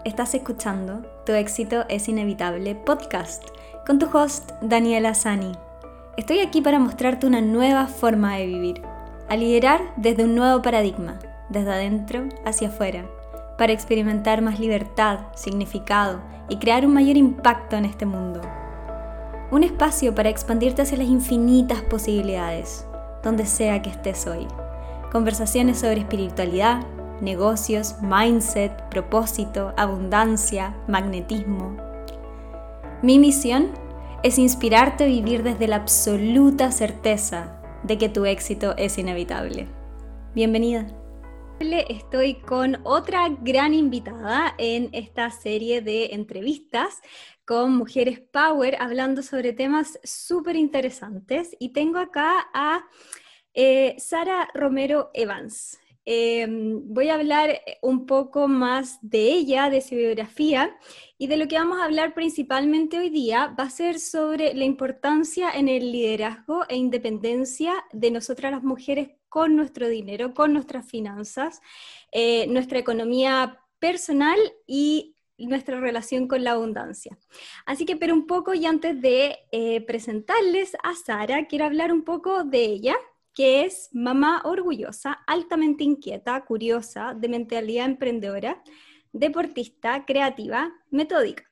Estás escuchando Tu éxito es inevitable podcast con tu host Daniela Sani. Estoy aquí para mostrarte una nueva forma de vivir, a liderar desde un nuevo paradigma, desde adentro hacia afuera, para experimentar más libertad, significado y crear un mayor impacto en este mundo. Un espacio para expandirte hacia las infinitas posibilidades, donde sea que estés hoy. Conversaciones sobre espiritualidad, negocios, mindset, propósito, abundancia, magnetismo. Mi misión es inspirarte a vivir desde la absoluta certeza de que tu éxito es inevitable. Bienvenida. Estoy con otra gran invitada en esta serie de entrevistas con mujeres power hablando sobre temas súper interesantes y tengo acá a Sara Romero Evans. Voy a hablar un poco más de ella, de su biografía, y de lo que vamos a hablar principalmente hoy día va a ser sobre la importancia en el liderazgo e independencia de nosotras las mujeres con nuestro dinero, con nuestras finanzas, nuestra economía personal y nuestra relación con la abundancia. Así que, pero un poco, y antes de presentarles a Sara, quiero hablar un poco de ella, que es mamá orgullosa, altamente inquieta, curiosa, de mentalidad emprendedora, deportista, creativa, metódica.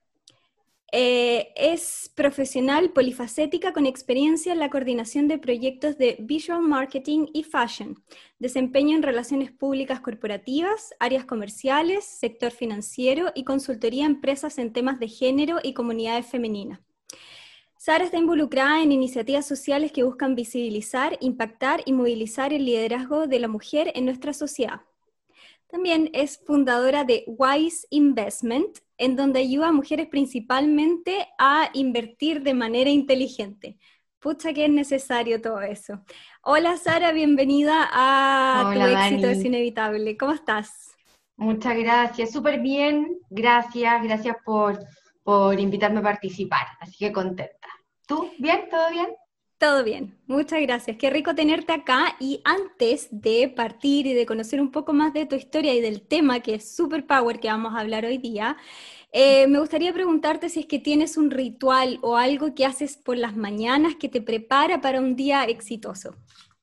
Es profesional polifacética con experiencia en la coordinación de proyectos de visual marketing y fashion, desempeño en relaciones públicas corporativas, áreas comerciales, sector financiero y consultoría a empresas en temas de género y comunidades femeninas. Sara está involucrada en iniciativas sociales que buscan visibilizar, impactar y movilizar el liderazgo de la mujer en nuestra sociedad. También es fundadora de Wise Investment, en donde ayuda a mujeres principalmente a invertir de manera inteligente. Pucha que es necesario todo eso. Hola Sara, bienvenida a Tu Hola éxito es Dani, inevitable. ¿Cómo estás? muchas gracias, súper bien, gracias por invitarme a participar, así que contenta. ¿Tú? ¿Bien? ¿Todo bien? Todo bien, muchas gracias. Qué rico tenerte acá y antes de partir y de conocer un poco más de tu historia y del tema que es Super Power que vamos a hablar hoy día, me gustaría preguntarte si es que tienes un ritual o algo que haces por las mañanas que te prepara para un día exitoso.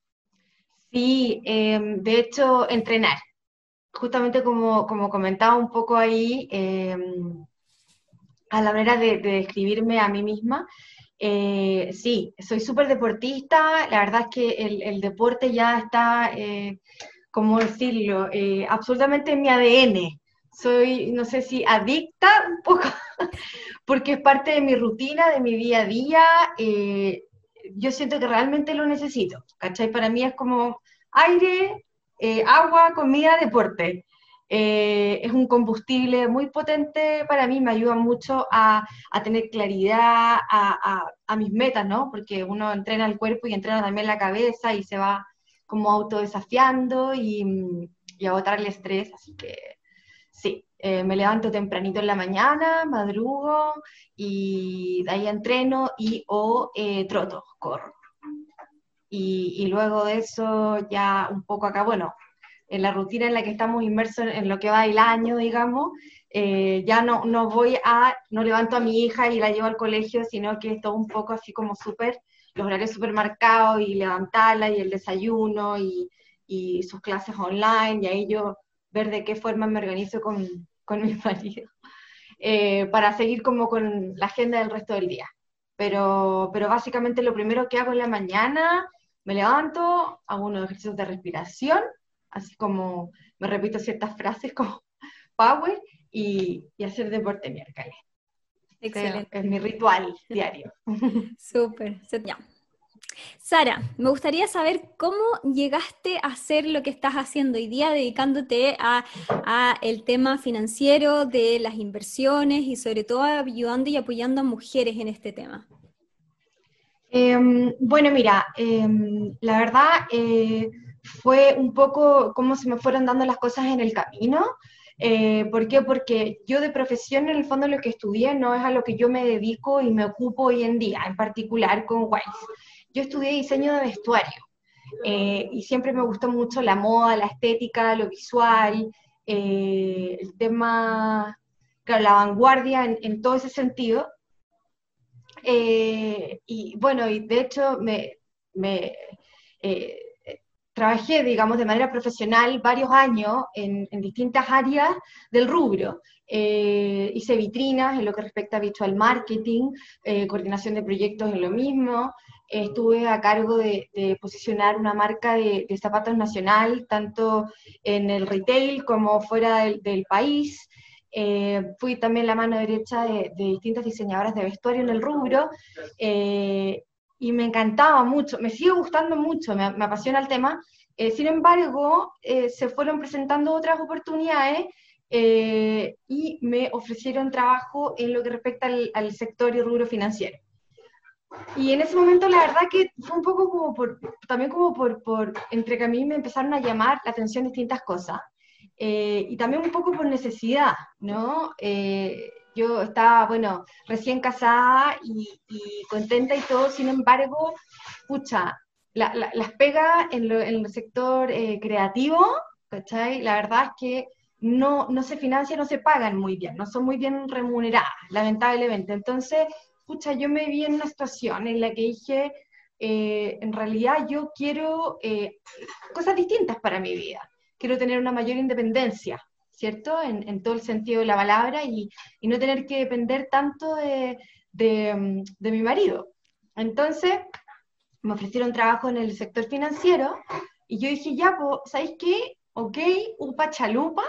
Sí, de hecho, entrenar. Justamente como comentaba un poco ahí, a la manera de describirme a mí misma, sí, soy súper deportista, la verdad es que el deporte ya está, ¿cómo decirlo? Absolutamente en mi ADN. Soy, no sé si adicta un poco, porque es parte de mi rutina, de mi día a día. Yo siento que realmente lo necesito, ¿cachai? Para mí es como aire, agua, comida, deporte. Es un combustible muy potente para mí, me ayuda mucho a tener claridad, a mis metas, ¿no? Porque uno entrena el cuerpo y entrena también la cabeza y se va como autodesafiando y agotar el estrés, así que sí, me levanto tempranito en la mañana, madrugo y de ahí entreno y o troto, corro. Y luego de eso ya un poco acá, bueno, en la rutina en la que estamos inmersos en lo que va el año, digamos, ya no levanto a mi hija y la llevo al colegio, sino que es todo un poco así como súper, los horarios súper marcados y levantarla y el desayuno y sus clases online y ahí yo ver de qué forma me organizo con mi marido para seguir como con la agenda del resto del día. Pero básicamente lo primero que hago en la mañana, me levanto, hago unos ejercicios de respiración, así como me repito ciertas frases como power y hacer deporte miércoles. Ese es Excelente, mi ritual diario. súper. Ya. Sara, me gustaría saber cómo llegaste a hacer lo que estás haciendo hoy día, dedicándote a el tema financiero, de las inversiones y sobre todo ayudando y apoyando a mujeres en este tema. Bueno, mira, la verdad fue un poco cómo se me fueron dando las cosas en el camino. ¿Por qué? Porque yo de profesión, en el fondo, lo que estudié no es a lo que yo me dedico y me ocupo hoy en día, en particular con Wise. Yo estudié diseño de vestuario y siempre me gustó mucho la moda, la estética, lo visual, el tema claro, la vanguardia en todo ese sentido. Y bueno, y de hecho me eh, trabajé, digamos, de manera profesional varios años en distintas áreas del rubro. Hice vitrinas en lo que respecta a visual marketing, coordinación de proyectos en lo mismo. Estuve a cargo de posicionar una marca de zapatos nacional, tanto en el retail como fuera del país. Fui también la mano derecha de distintas diseñadoras de vestuario en el rubro, y me encantaba mucho, me sigue gustando mucho, me apasiona el tema. Sin embargo, se fueron presentando otras oportunidades, y me ofrecieron trabajo en lo que respecta al sector y rubro financiero. Y en ese momento la verdad que fue un poco como también como entre que a mí me empezaron a llamar la atención distintas cosas, y también un poco por necesidad, ¿no? Yo estaba, bueno, recién casada y contenta y todo, sin embargo, pucha, las pegas en el sector creativo, ¿cachai? La verdad es que no se financian, no se pagan muy bien, no son muy bien remuneradas, lamentablemente. Entonces, pucha, yo me vi en una situación en la que dije, en realidad yo quiero cosas distintas para mi vida. Quiero tener una mayor independencia, ¿cierto? En todo el sentido de la palabra y no tener que depender tanto de mi marido. Entonces, me ofrecieron trabajo en el sector financiero y yo dije, ya, pues, ¿sabéis qué? Ok, upa chalupa.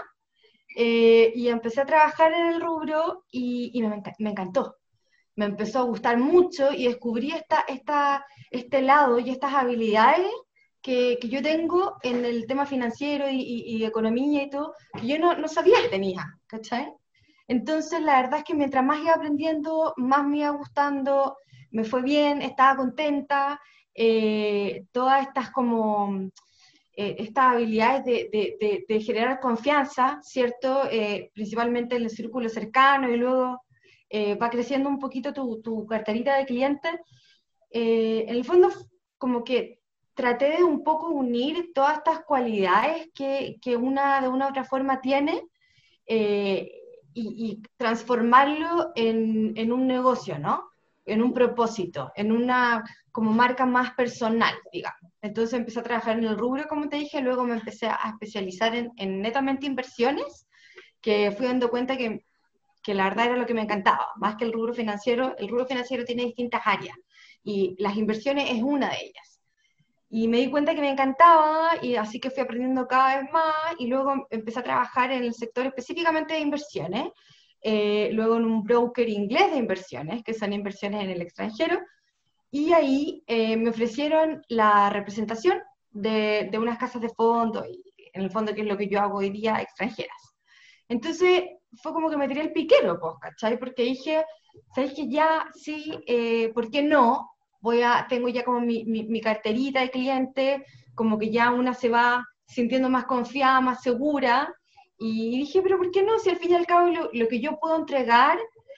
Y empecé a trabajar en el rubro y me encantó. Me empezó a gustar mucho y descubrí este lado y estas habilidades que yo tengo en el tema financiero y economía y todo, que yo no sabía que tenía, ¿cachai? Entonces, la verdad es que mientras más iba aprendiendo, más me iba gustando, me fue bien, estaba contenta, todas estas como estas habilidades de generar confianza, ¿cierto? Principalmente en el círculo cercano y luego va creciendo un poquito tu carterita de clientes. En el fondo, como que traté de un poco unir todas estas cualidades que una de una u otra forma tiene, eh, y transformarlo en un negocio, ¿no? En un propósito, en una como marca más personal, digamos. Entonces empecé a trabajar en el rubro, como te dije, luego me empecé a especializar en netamente inversiones, que fui dando cuenta que la verdad era lo que me encantaba, más que el rubro financiero tiene distintas áreas, y las inversiones es una de ellas. Y me di cuenta que me encantaba, y así que fui aprendiendo cada vez más, y luego empecé a trabajar en el sector específicamente de inversiones, luego en un broker inglés de inversiones, que son inversiones en el extranjero, y ahí me ofrecieron la representación de unas casas de fondo, y en el fondo que es lo que yo hago hoy día, extranjeras. Entonces fue como que me tiré el piquero, pues, ¿cachai? Porque dije, ¿sabes qué? Ya, sí, ¿por qué no? Tengo ya como mi carterita de clientes, como que ya una se va sintiendo más confiada, más segura, y dije, pero ¿por qué no? Si al fin y al cabo lo que yo puedo entregar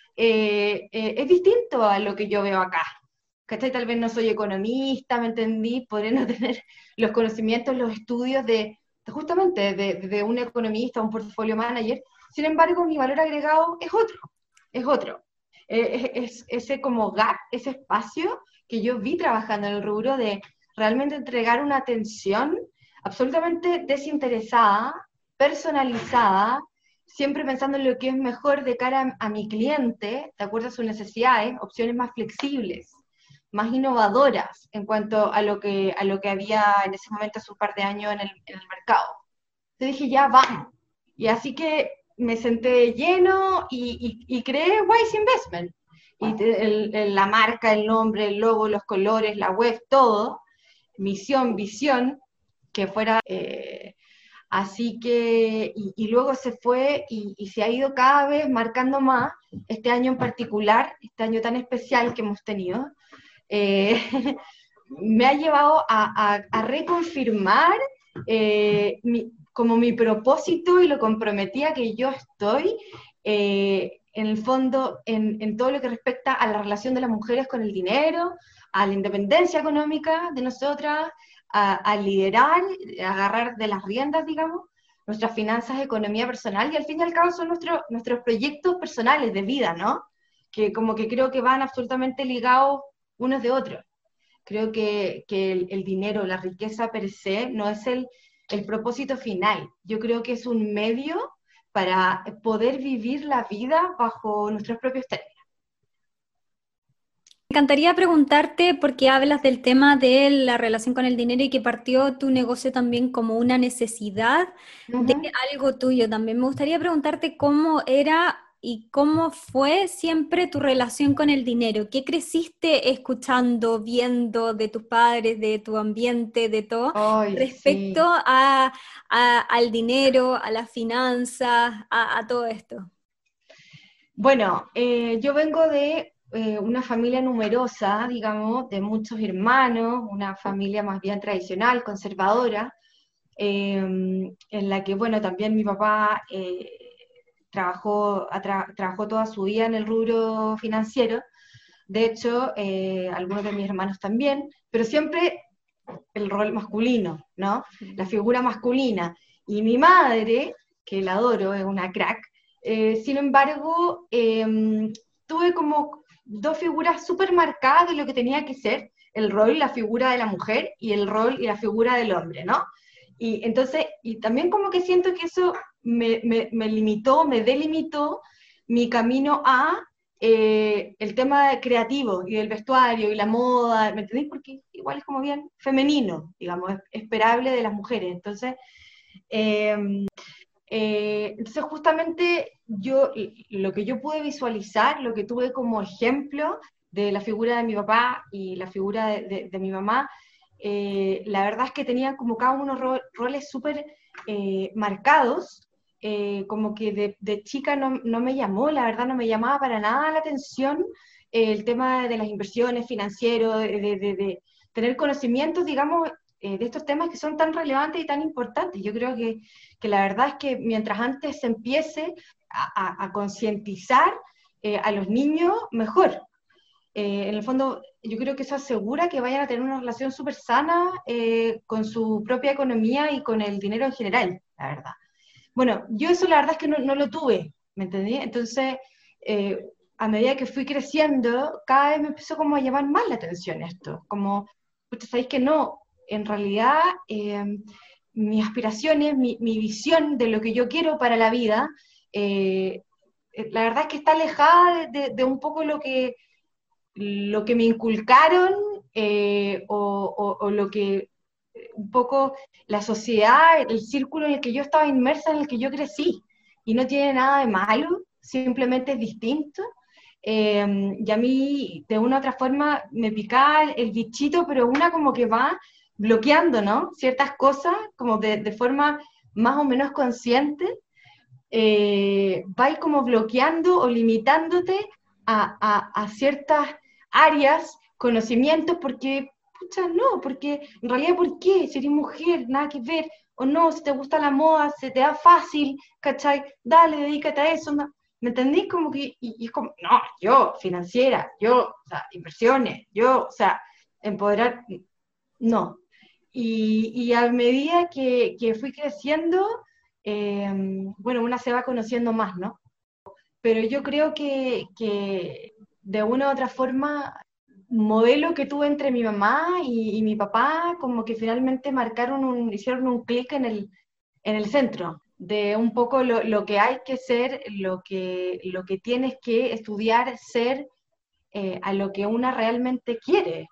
es distinto a lo que yo veo acá. ¿Cachai? Tal vez no soy economista, ¿me entendí? Podré no tener los conocimientos, los estudios justamente de un economista, un portfolio manager. Sin embargo, mi valor agregado es otro, es otro. Es ese como gap, ese espacio que yo vi trabajando en el rubro de realmente entregar una atención absolutamente desinteresada, personalizada, siempre pensando en lo que es mejor de cara a mi cliente, de acuerdo a sus necesidades, opciones más flexibles, más innovadoras en cuanto a lo que había en ese momento hace un par de años en el mercado. Entonces dije, ya vamos. Y así que me senté lleno y creé Wise Investment. Y la marca, el nombre, el logo, los colores, la web, todo, misión, visión, que fuera... así que, y luego se fue y se ha ido cada vez marcando más, este año en particular, este año tan especial que hemos tenido, eh, me ha llevado a reconfirmar como mi propósito y lo comprometida que yo estoy, en el fondo, en todo lo que respecta a la relación de las mujeres con el dinero, a la independencia económica de nosotras, a liderar, a agarrar de las riendas, digamos, nuestras finanzas, economía personal, y al fin y al cabo son nuestros proyectos personales de vida, ¿no? Que como que creo que van absolutamente ligados unos de otros. Creo que el dinero, la riqueza per se, no es el propósito final. Yo creo que es un medio para poder vivir la vida bajo nuestros propios términos. Me encantaría preguntarte, porque hablas del tema de la relación con el dinero y que partió tu negocio también como una necesidad de Ujú. algo tuyo también. Me gustaría preguntarte cómo era y cómo fue siempre tu relación con el dinero. ¿Qué creciste escuchando, viendo de tus padres, de tu ambiente, de todo, Ay, respecto sí. al dinero, a las finanzas, a todo esto? Bueno, yo vengo de una familia numerosa, digamos, de muchos hermanos, una familia más bien tradicional, conservadora, en la que, bueno, también mi papá trabajó toda su vida en el rubro financiero. De hecho, algunos de mis hermanos también, pero siempre el rol masculino, ¿no? La figura masculina. Y mi madre, que la adoro, es una crack, sin embargo, tuve como dos figuras súper marcadas de lo que tenía que ser el rol y la figura de la mujer y el rol y la figura del hombre, ¿no? Y entonces, y también como que siento que eso me limitó, me delimitó mi camino a el tema creativo y del vestuario y la moda, ¿me entendéis? Porque igual es como bien femenino, digamos, esperable de las mujeres. Eh, entonces justamente lo que yo pude visualizar, lo que tuve como ejemplo de la figura de mi papá y la figura de mi mamá, la verdad es que tenían como cada uno roles súper marcados, como que de chica no me llamó, la verdad no me llamaba para nada la atención el tema de las inversiones financieras, de tener conocimientos, digamos, de estos temas que son tan relevantes y tan importantes. Yo creo que la verdad es que mientras antes se empiece a concientizar a los niños, mejor. En el fondo, yo creo que eso asegura que vayan a tener una relación súper sana con su propia economía y con el dinero en general, la verdad. Bueno, yo eso la verdad es que no lo tuve, ¿me entendí? Entonces, a medida que fui creciendo, cada vez me empezó como a llamar más la atención esto, como, ustedes sabéis que no, en realidad mis aspiraciones, mi visión de lo que yo quiero para la vida, eh, la verdad es que está alejada de un poco lo que me inculcaron o lo que un poco la sociedad, el círculo en el que yo estaba inmersa, en el que yo crecí. Y no tiene nada de malo, simplemente es distinto. Y a mí, de una u otra forma, me picaba el bichito, pero una como que va bloqueando, ¿no? Ciertas cosas, como de forma más o menos consciente, va como bloqueando o limitándote a ciertas áreas, conocimientos, porque, pucha, no, porque en realidad, ¿por qué? Si eres mujer, nada que ver, o no, si te gusta la moda, se te da fácil, ¿cachai? Dale, dedícate a eso, ¿no? ¿Me entendís? Como que, y es como, no, yo, financiera, yo, o sea, inversiones, yo, o sea, empoderar, no. Y a medida que fui creciendo, bueno, una se va conociendo más, ¿no? Pero yo creo que de una u otra forma, modelo que tuve entre mi mamá y mi papá, como que finalmente hicieron un clic en el centro de un poco lo que hay que ser, lo que tienes que estudiar, ser, a lo que una realmente quiere.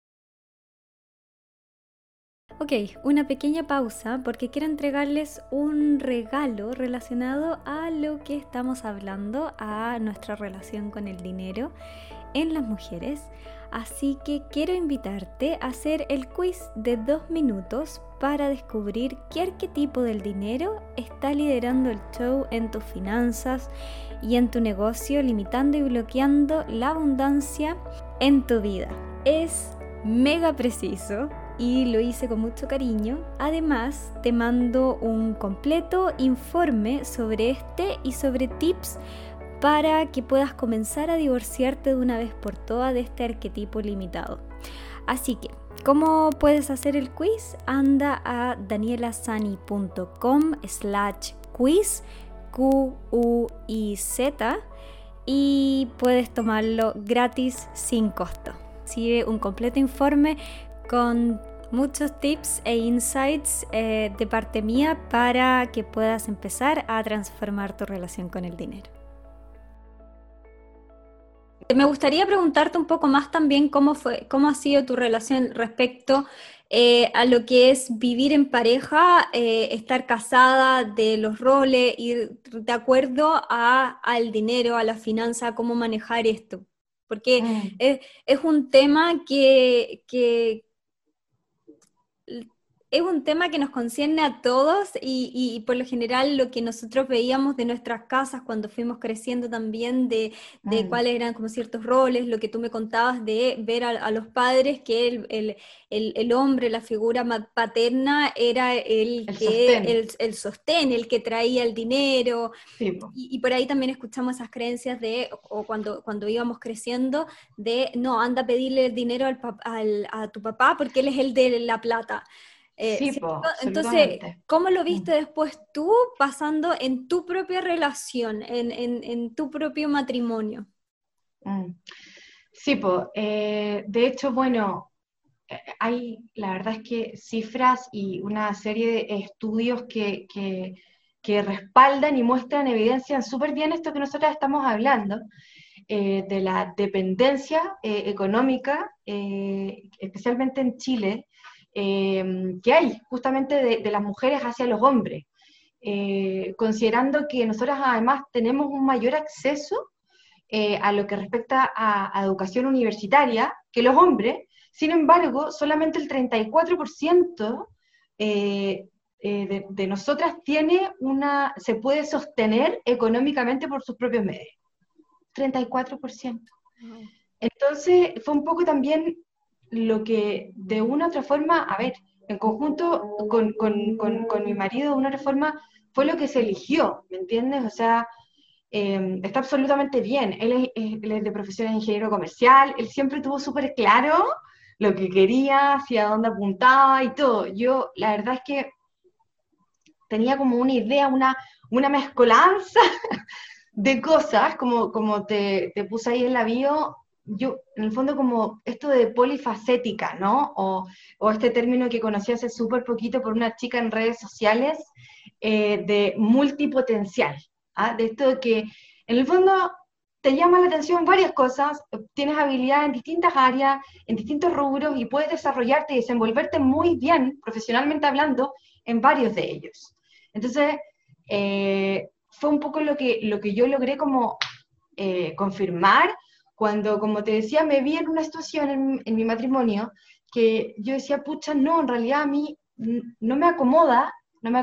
Ok, una pequeña pausa porque quiero entregarles un regalo relacionado a lo que estamos hablando, a nuestra relación con el dinero en las mujeres. Así que quiero invitarte a hacer el quiz de 2 minutos para descubrir qué arquetipo del dinero está liderando el show en tus finanzas y en tu negocio, limitando y bloqueando la abundancia en tu vida. Es mega preciso y lo hice con mucho cariño. Además, te mando un completo informe sobre este y sobre tips para que puedas comenzar a divorciarte de una vez por todas de este arquetipo limitado. Así que, ¿Cómo puedes hacer el quiz? Anda a danielasani.com/quiz, QUIZ, y puedes tomarlo gratis sin costo. Sigue un completo informe con muchos tips e insights de parte mía para que puedas empezar a transformar tu relación con el dinero. Me gustaría preguntarte un poco más también cómo ha sido tu relación respecto a lo que es vivir en pareja, estar casada, de los roles, ir de acuerdo al dinero, a la finanza, cómo manejar esto. Porque es un tema que es un tema que nos concierne a todos y por lo general lo que nosotros veíamos de nuestras casas cuando fuimos creciendo también, de cuáles eran como ciertos roles, lo que tú me contabas de ver a los padres, que el hombre, la figura paterna era el sostén, el que traía el dinero. Sí, y por ahí también escuchamos esas creencias o cuando íbamos creciendo, de no, anda a pedirle el dinero a tu papá porque él es el de la plata. Sí, entonces, ¿cómo lo viste después tú pasando en tu propia relación, en tu propio matrimonio? Sí, de hecho, bueno, la verdad es que cifras y una serie de estudios que respaldan y muestran, evidencian súper bien esto que nosotros estamos hablando, de la dependencia económica, especialmente en Chile, que hay justamente de las mujeres hacia los hombres, considerando que nosotros además tenemos un mayor acceso a lo que respecta a educación universitaria que los hombres. Sin embargo, solamente el 34% de nosotras se puede sostener económicamente por sus propios medios. 34%. Wow. Entonces, fue un poco también lo que de una u otra forma, a ver, en conjunto con mi marido, de una otra forma, fue lo que se eligió, ¿me entiendes? O sea, está absolutamente bien. Él es de profesión de ingeniero comercial, él siempre tuvo súper claro lo que quería, hacia dónde apuntaba y todo. Yo, la verdad es que tenía como una idea, una mezcolanza de cosas, como te puse ahí en la bio. Yo, en el fondo, como esto de polifacética, ¿no? O este término que conocí hace súper poquito por una chica en redes sociales, de multipotencial, ¿ah? De esto de que, en el fondo, te llama la atención varias cosas, tienes habilidad en distintas áreas, en distintos rubros, y puedes desarrollarte y desenvolverte muy bien, profesionalmente hablando, en varios de ellos. Entonces, fue un poco lo que yo logré como confirmar cuando, como te decía, me vi en una situación en mi matrimonio que yo decía, pucha, no, en realidad a mí no me acomoda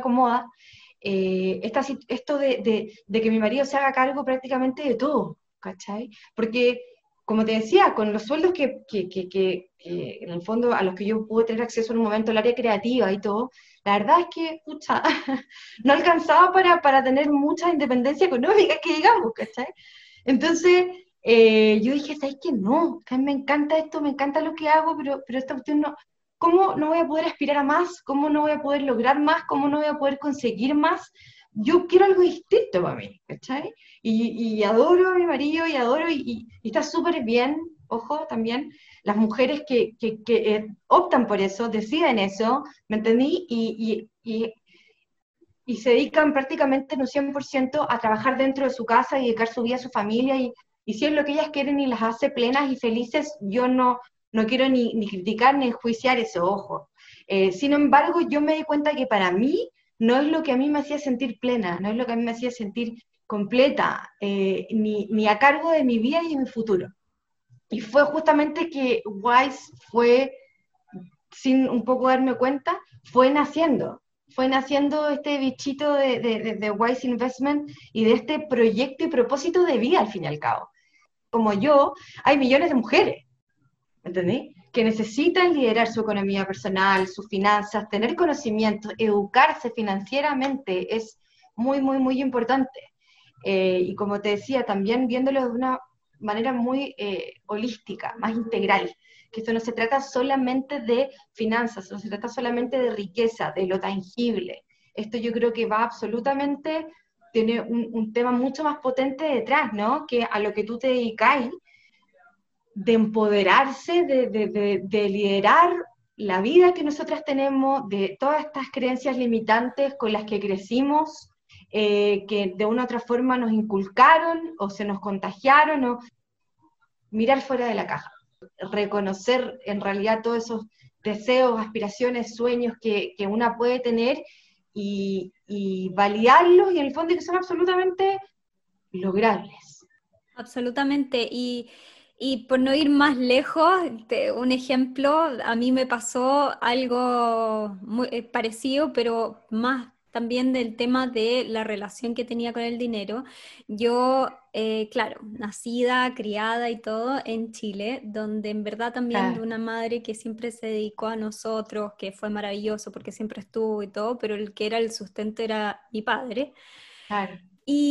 esto de que mi marido se haga cargo prácticamente de todo, ¿cachai? Porque, como te decía, con los sueldos que en el fondo a los que yo pude tener acceso en un momento, el área creativa y todo, la verdad es que, pucha, no alcanzaba para tener mucha independencia económica, que digamos, ¿cachai? Entonces, yo dije, ¿sabes qué? No, que a mí me encanta esto, me encanta lo que hago, pero esta cuestión no, ¿cómo no voy a poder aspirar a más? ¿Cómo no voy a poder lograr más? ¿Cómo no voy a poder conseguir más? Yo quiero algo distinto para mí, ¿cachai? Y adoro a mi marido y adoro, y está súper bien, ojo, también, las mujeres que optan por eso, deciden eso, ¿me entendí? Y se dedican prácticamente en un 100% a trabajar dentro de su casa y dedicar su vida a su familia, y si es lo que ellas quieren y las hace plenas y felices, yo no quiero ni criticar ni enjuiciar eso, ojo. Sin embargo, yo me di cuenta que para mí no es lo que a mí me hacía sentir plena, no es lo que a mí me hacía sentir completa, ni a cargo de mi vida y de mi futuro. Y fue justamente que Wise fue, sin un poco darme cuenta, fue naciendo este bichito de Wise Investment y de este proyecto y propósito de vida al fin y al cabo. Como yo, hay millones de mujeres, ¿entendí? Que necesitan liderar su economía personal, sus finanzas, tener conocimiento, educarse financieramente es muy, muy, muy importante. Y como te decía, también viéndolo manera muy holística, más integral, que esto no se trata solamente de finanzas, no se trata solamente de riqueza, de lo tangible. Esto yo creo que va absolutamente, tiene un tema mucho más potente detrás, ¿no? Que a lo que tú te dedicáis, de empoderarse, de liderar la vida que nosotras tenemos, de todas estas creencias limitantes con las que crecimos, que de una u otra forma nos inculcaron o se nos contagiaron, o mirar fuera de la caja, reconocer en realidad todos esos deseos, aspiraciones, sueños que una puede tener y validarlos y en el fondo que son absolutamente logrables. Absolutamente. Y por no ir más lejos, un ejemplo, a mí me pasó algo muy parecido, pero más también del tema de la relación que tenía con el dinero. Yo, claro, nacida, criada y todo en Chile, donde en verdad también de Claro, una madre que siempre se dedicó a nosotros, que fue maravilloso porque siempre estuvo y todo, pero el que era el sustento era mi padre. claro.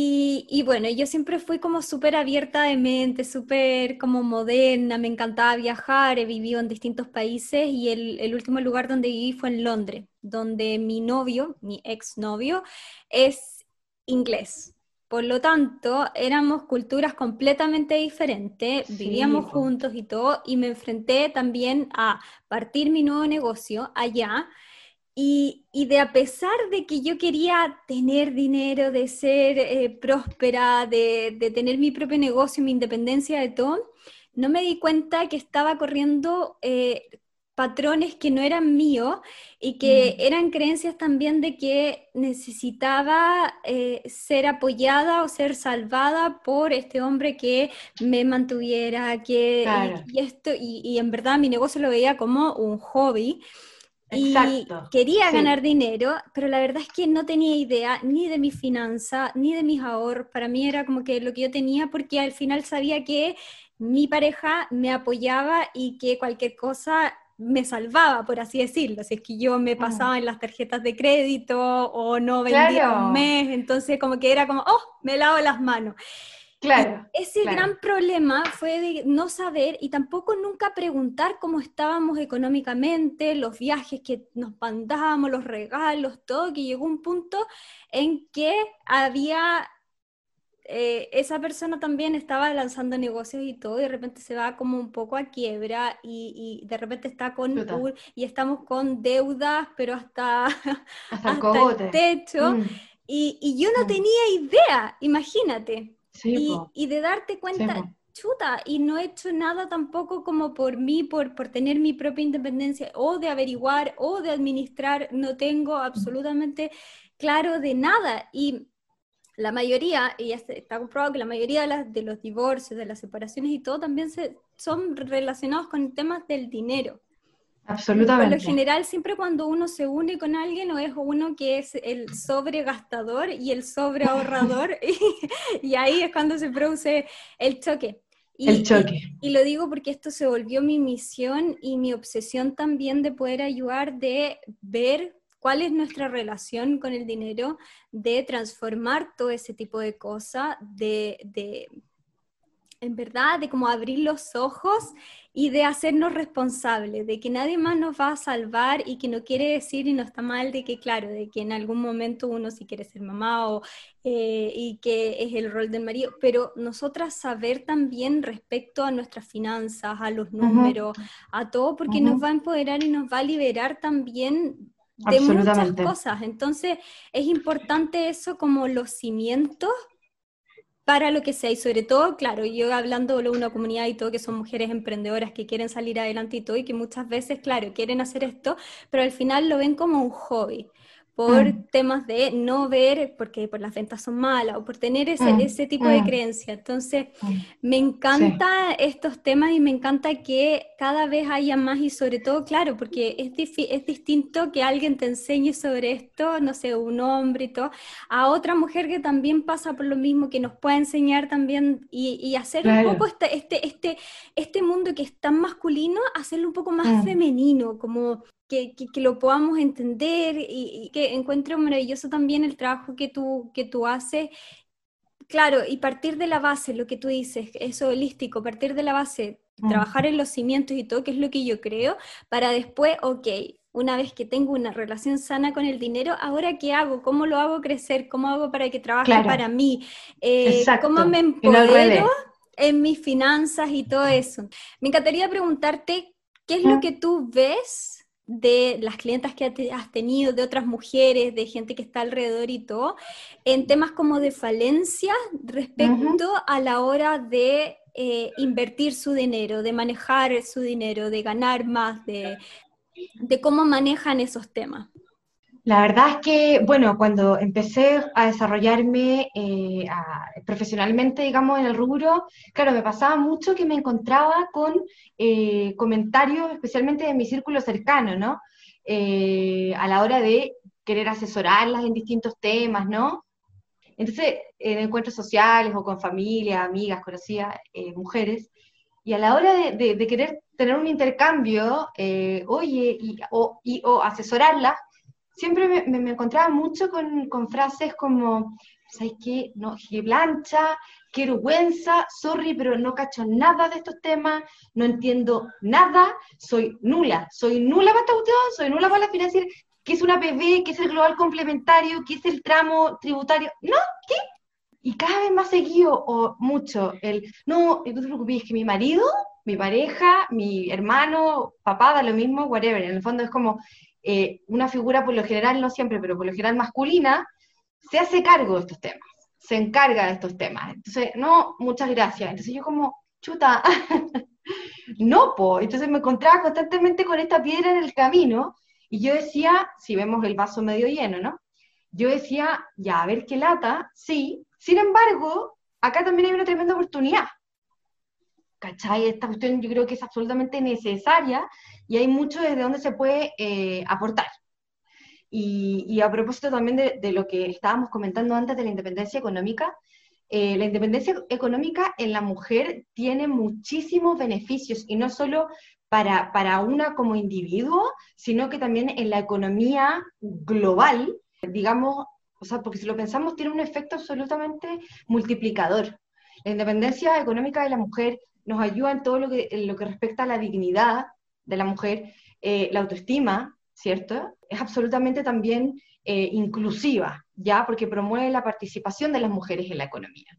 Y bueno, yo siempre fui como súper abierta de mente, súper como moderna, me encantaba viajar, he vivido en distintos países y el último lugar donde viví fue en Londres, donde mi novio, mi exnovio, es inglés. Por lo tanto, éramos culturas completamente diferentes, Sí, vivíamos po. juntos y todo, y me enfrenté también a partir mi nuevo negocio allá y de a pesar de que yo quería tener dinero, de ser próspera, de tener mi propio negocio, mi independencia de todo, no me di cuenta que estaba corriendo patrones que no eran míos y que Mm. eran creencias también de que necesitaba ser apoyada o ser salvada por este hombre que me mantuviera, Claro, y esto, y en verdad mi negocio lo veía como un hobby y exacto, quería ganar sí. dinero, pero la verdad es que no tenía idea ni de mi finanza, ni de mis ahorros. Para mí era como que lo que yo tenía, porque al final sabía que mi pareja me apoyaba y que cualquier cosa me salvaba, por así decirlo. Si es que yo me Mm. pasaba en las tarjetas de crédito o no vendía un Claro, mes, entonces como que era como, oh, me lavo las manos. Y claro, ese claro. gran problema fue de no saber y tampoco nunca preguntar cómo estábamos económicamente, los viajes que nos mandábamos, los regalos, todo, que llegó un punto en que había, esa persona también estaba lanzando negocios y todo, y de repente se va como un poco a quiebra y de repente está Chuta, y estamos con deudas, pero hasta, hasta el hasta el cogote. techo, Mm, y yo no mm. tenía idea, imagínate, Sí, po, y de darte sí, cuenta, po. chuta, y no he hecho nada tampoco como por mí, por tener mi propia independencia, o de averiguar, o de administrar, no tengo Mm. absolutamente claro de nada, y la mayoría, y ya está comprobado que la mayoría de los divorcios, de las separaciones y todo también son relacionados con temas del dinero. Y por lo Absolutamente. general, siempre cuando uno se une con alguien, o es uno que es el sobregastador y el sobreahorrador, y ahí es cuando se produce el choque. El Y, choque. y lo digo porque esto se volvió mi misión y mi obsesión también de poder ayudar, de ver cuál es nuestra relación con el dinero, de transformar todo ese tipo de cosas, en verdad, de como abrir los ojos y de hacernos responsables, de que nadie más nos va a salvar y que no quiere decir y no está mal de que, claro, de que en algún momento uno sí quiere ser mamá y que es el rol del marido, pero nosotras saber también respecto a nuestras finanzas, a los Ujú, números, a todo, porque nos va ujú. a empoderar y nos va a liberar también de muchas Absolutamente. cosas. Entonces, es importante eso como los cimientos para lo que sea, y sobre todo, claro, yo hablando de una comunidad y todo, que son mujeres emprendedoras que quieren salir adelante y todo, y que muchas veces, claro, quieren hacer esto, pero al final lo ven como un hobby, por Mm, temas de no ver, porque por las ventas son malas, o por tener mm, ese tipo de mm, creencia. Entonces, mm. me Sí, encanta estos temas y me encanta que cada vez haya más y sobre todo, claro, porque es distinto que alguien te enseñe sobre esto, no sé, un hombre y todo, a otra mujer que también pasa por lo mismo, que nos pueda enseñar también y hacer un poco claro. este mundo que es tan masculino, hacerlo un poco más Mm, femenino, como que lo podamos entender y que encuentro maravilloso también el trabajo que tú haces Claro, y partir de la base, lo que tú dices, eso holístico, partir de la base, Mm, trabajar en los cimientos y todo, que es lo que yo creo, para después, ok, una vez que tengo una relación sana con el dinero, ¿ahora qué hago? ¿Cómo lo hago crecer? ¿Cómo hago para que trabaje claro, para mí? ¿Cómo me exacto, y no al empodero revés. en mis finanzas y todo eso? Me encantaría preguntarte, ¿qué es lo Mm, que tú ves de las clientas que has tenido, de otras mujeres, de gente que está alrededor y todo, en temas como de falencia ujú. respecto a la hora de invertir su dinero, de manejar su dinero, de ganar más, de cómo manejan esos temas? La verdad es que, bueno, cuando empecé a desarrollarme profesionalmente, digamos, en el rubro, claro, me pasaba mucho que me encontraba con comentarios, especialmente de mi círculo cercano, ¿no? A la hora de querer asesorarlas en distintos temas, ¿no? Entonces, en encuentros sociales o con familia, amigas, conocidas, mujeres, y a la hora de querer tener un intercambio, oye, o asesorarlas, siempre me encontraba mucho con frases como, ¿sabes qué? No, qué plancha, qué vergüenza, sorry, pero no cacho nada de estos temas, no entiendo nada, soy nula para esta cuestión, soy nula para la financiera, ¿qué es una PB? ¿Qué es el global complementario? ¿Qué es el tramo tributario? No, y cada vez más seguido o mucho no, no te preocupes, es que mi marido, mi pareja, mi hermano, papá, da lo mismo, whatever. En el fondo es como una figura por lo general, no siempre, pero por lo general masculina, se hace cargo de estos temas, se encarga de estos temas. Entonces, no, muchas gracias. Entonces yo como, chuta, no, po. Entonces me encontraba constantemente con esta piedra en el camino y yo decía, si vemos el vaso medio lleno, ¿no? Yo decía, ya, a ver qué lata, sí. Sin embargo, acá también hay una tremenda oportunidad. ¿Cachai? Esta cuestión yo creo que es absolutamente necesaria y hay mucho desde donde se puede aportar. Y a propósito también de lo que estábamos comentando antes de la independencia económica, la independencia económica en la mujer tiene muchísimos beneficios y no solo para una como individuo, sino que también en la economía global, digamos, o sea, porque si lo pensamos tiene un efecto absolutamente multiplicador. La independencia económica de la mujer nos ayuda en lo que respecta a la dignidad de la mujer, la autoestima, ¿cierto? Es absolutamente también inclusiva, ¿ya? Porque promueve la participación de las mujeres en la economía.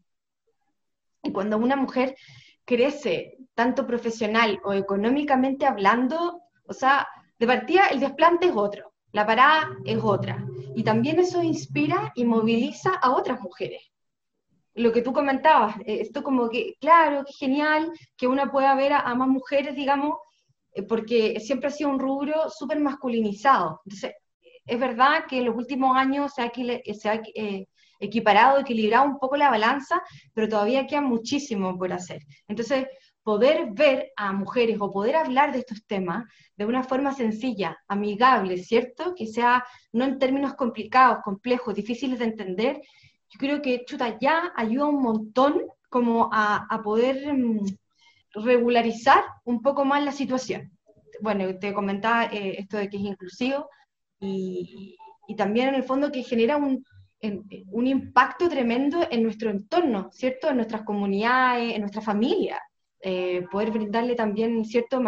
Y cuando una mujer crece, tanto profesional o económicamente hablando, o sea, de partida el desplante es otro, la parada es otra. Y también eso inspira y moviliza a otras mujeres. Lo que tú comentabas, esto como que, claro, que genial que uno pueda ver a más mujeres, digamos, porque siempre ha sido un rubro súper masculinizado. Entonces, es verdad que en los últimos años se ha equiparado, equilibrado un poco la balanza, pero todavía queda muchísimo por hacer. Entonces, poder ver a mujeres o poder hablar de estos temas de una forma sencilla, amigable, ¿cierto? Que sea no en términos complicados, complejos, difíciles de entender, yo creo que chuta ya ayuda un montón como a poder regularizar un poco más la situación. Bueno, te comentaba esto de que es inclusivo y también en el fondo que genera un impacto tremendo en nuestro entorno, ¿cierto? En nuestras comunidades, en nuestra familia. Poder brindarle también, ¿cierto?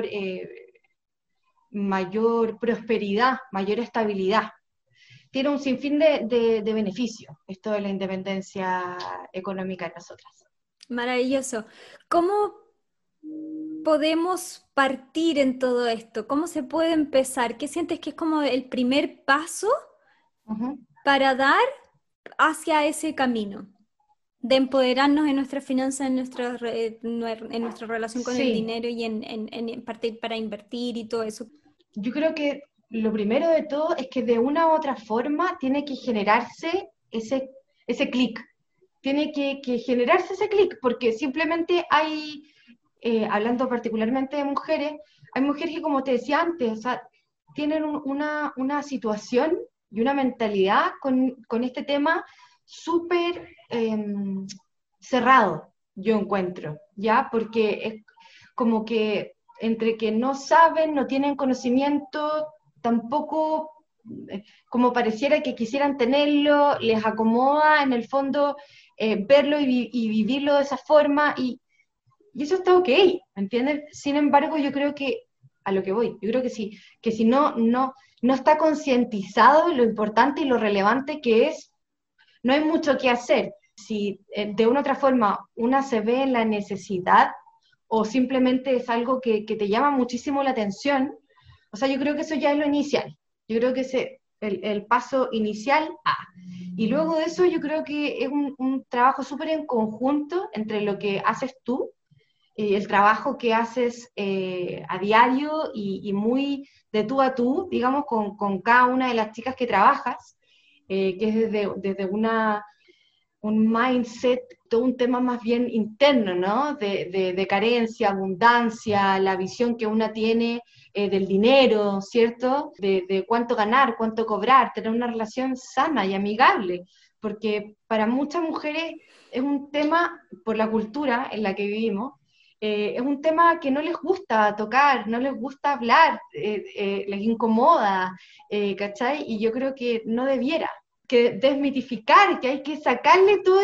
Mayor prosperidad, mayor estabilidad. Tiene un sinfín de beneficios esto de la independencia económica de nosotras. Maravilloso. ¿Cómo podemos partir en todo esto? ¿Cómo se puede empezar? ¿Qué sientes que es como el primer paso Uh -huh. para dar hacia ese camino de empoderarnos en nuestras finanzas, en nuestra relación con el Sí, dinero y en partir para invertir y todo eso? yo creo que lo primero de todo es que de una u otra forma tiene que generarse ese clic. Tiene que generarse ese clic, porque simplemente hay, hablando particularmente de mujeres, hay mujeres que, como te decía antes, o sea, tienen una situación y una mentalidad con este tema súper cerrado, yo encuentro, ¿ya? Porque es como que entre que no saben, no tienen conocimiento, tampoco como pareciera que quisieran tenerlo, les acomoda en el fondo verlo y vivirlo de esa forma, y eso está ok, ¿me entiendes? Sin embargo, yo creo que, a lo que voy, yo creo que si no está concientizado lo importante y lo relevante que es, no hay mucho que hacer. Si de una u otra forma una se ve en la necesidad o simplemente es algo que te llama muchísimo la atención, o sea, yo creo que eso ya es lo inicial. Yo creo que ese el paso inicial A. Y luego de eso yo creo que es un trabajo súper en conjunto entre lo que haces tú y el trabajo que haces a diario y muy de tú a tú, digamos, con cada una de las chicas que trabajas, que es desde un mindset, todo un tema más bien interno, ¿no? De carencia, abundancia, la visión que una tiene del dinero, ¿cierto? De cuánto ganar, cuánto cobrar, tener una relación sana y amigable, porque para muchas mujeres es un tema, por la cultura en la que vivimos, es un tema que no les gusta tocar, no les gusta hablar, les incomoda, ¿cachai? Y yo creo que no debiera que desmitificar, que hay que sacarle todo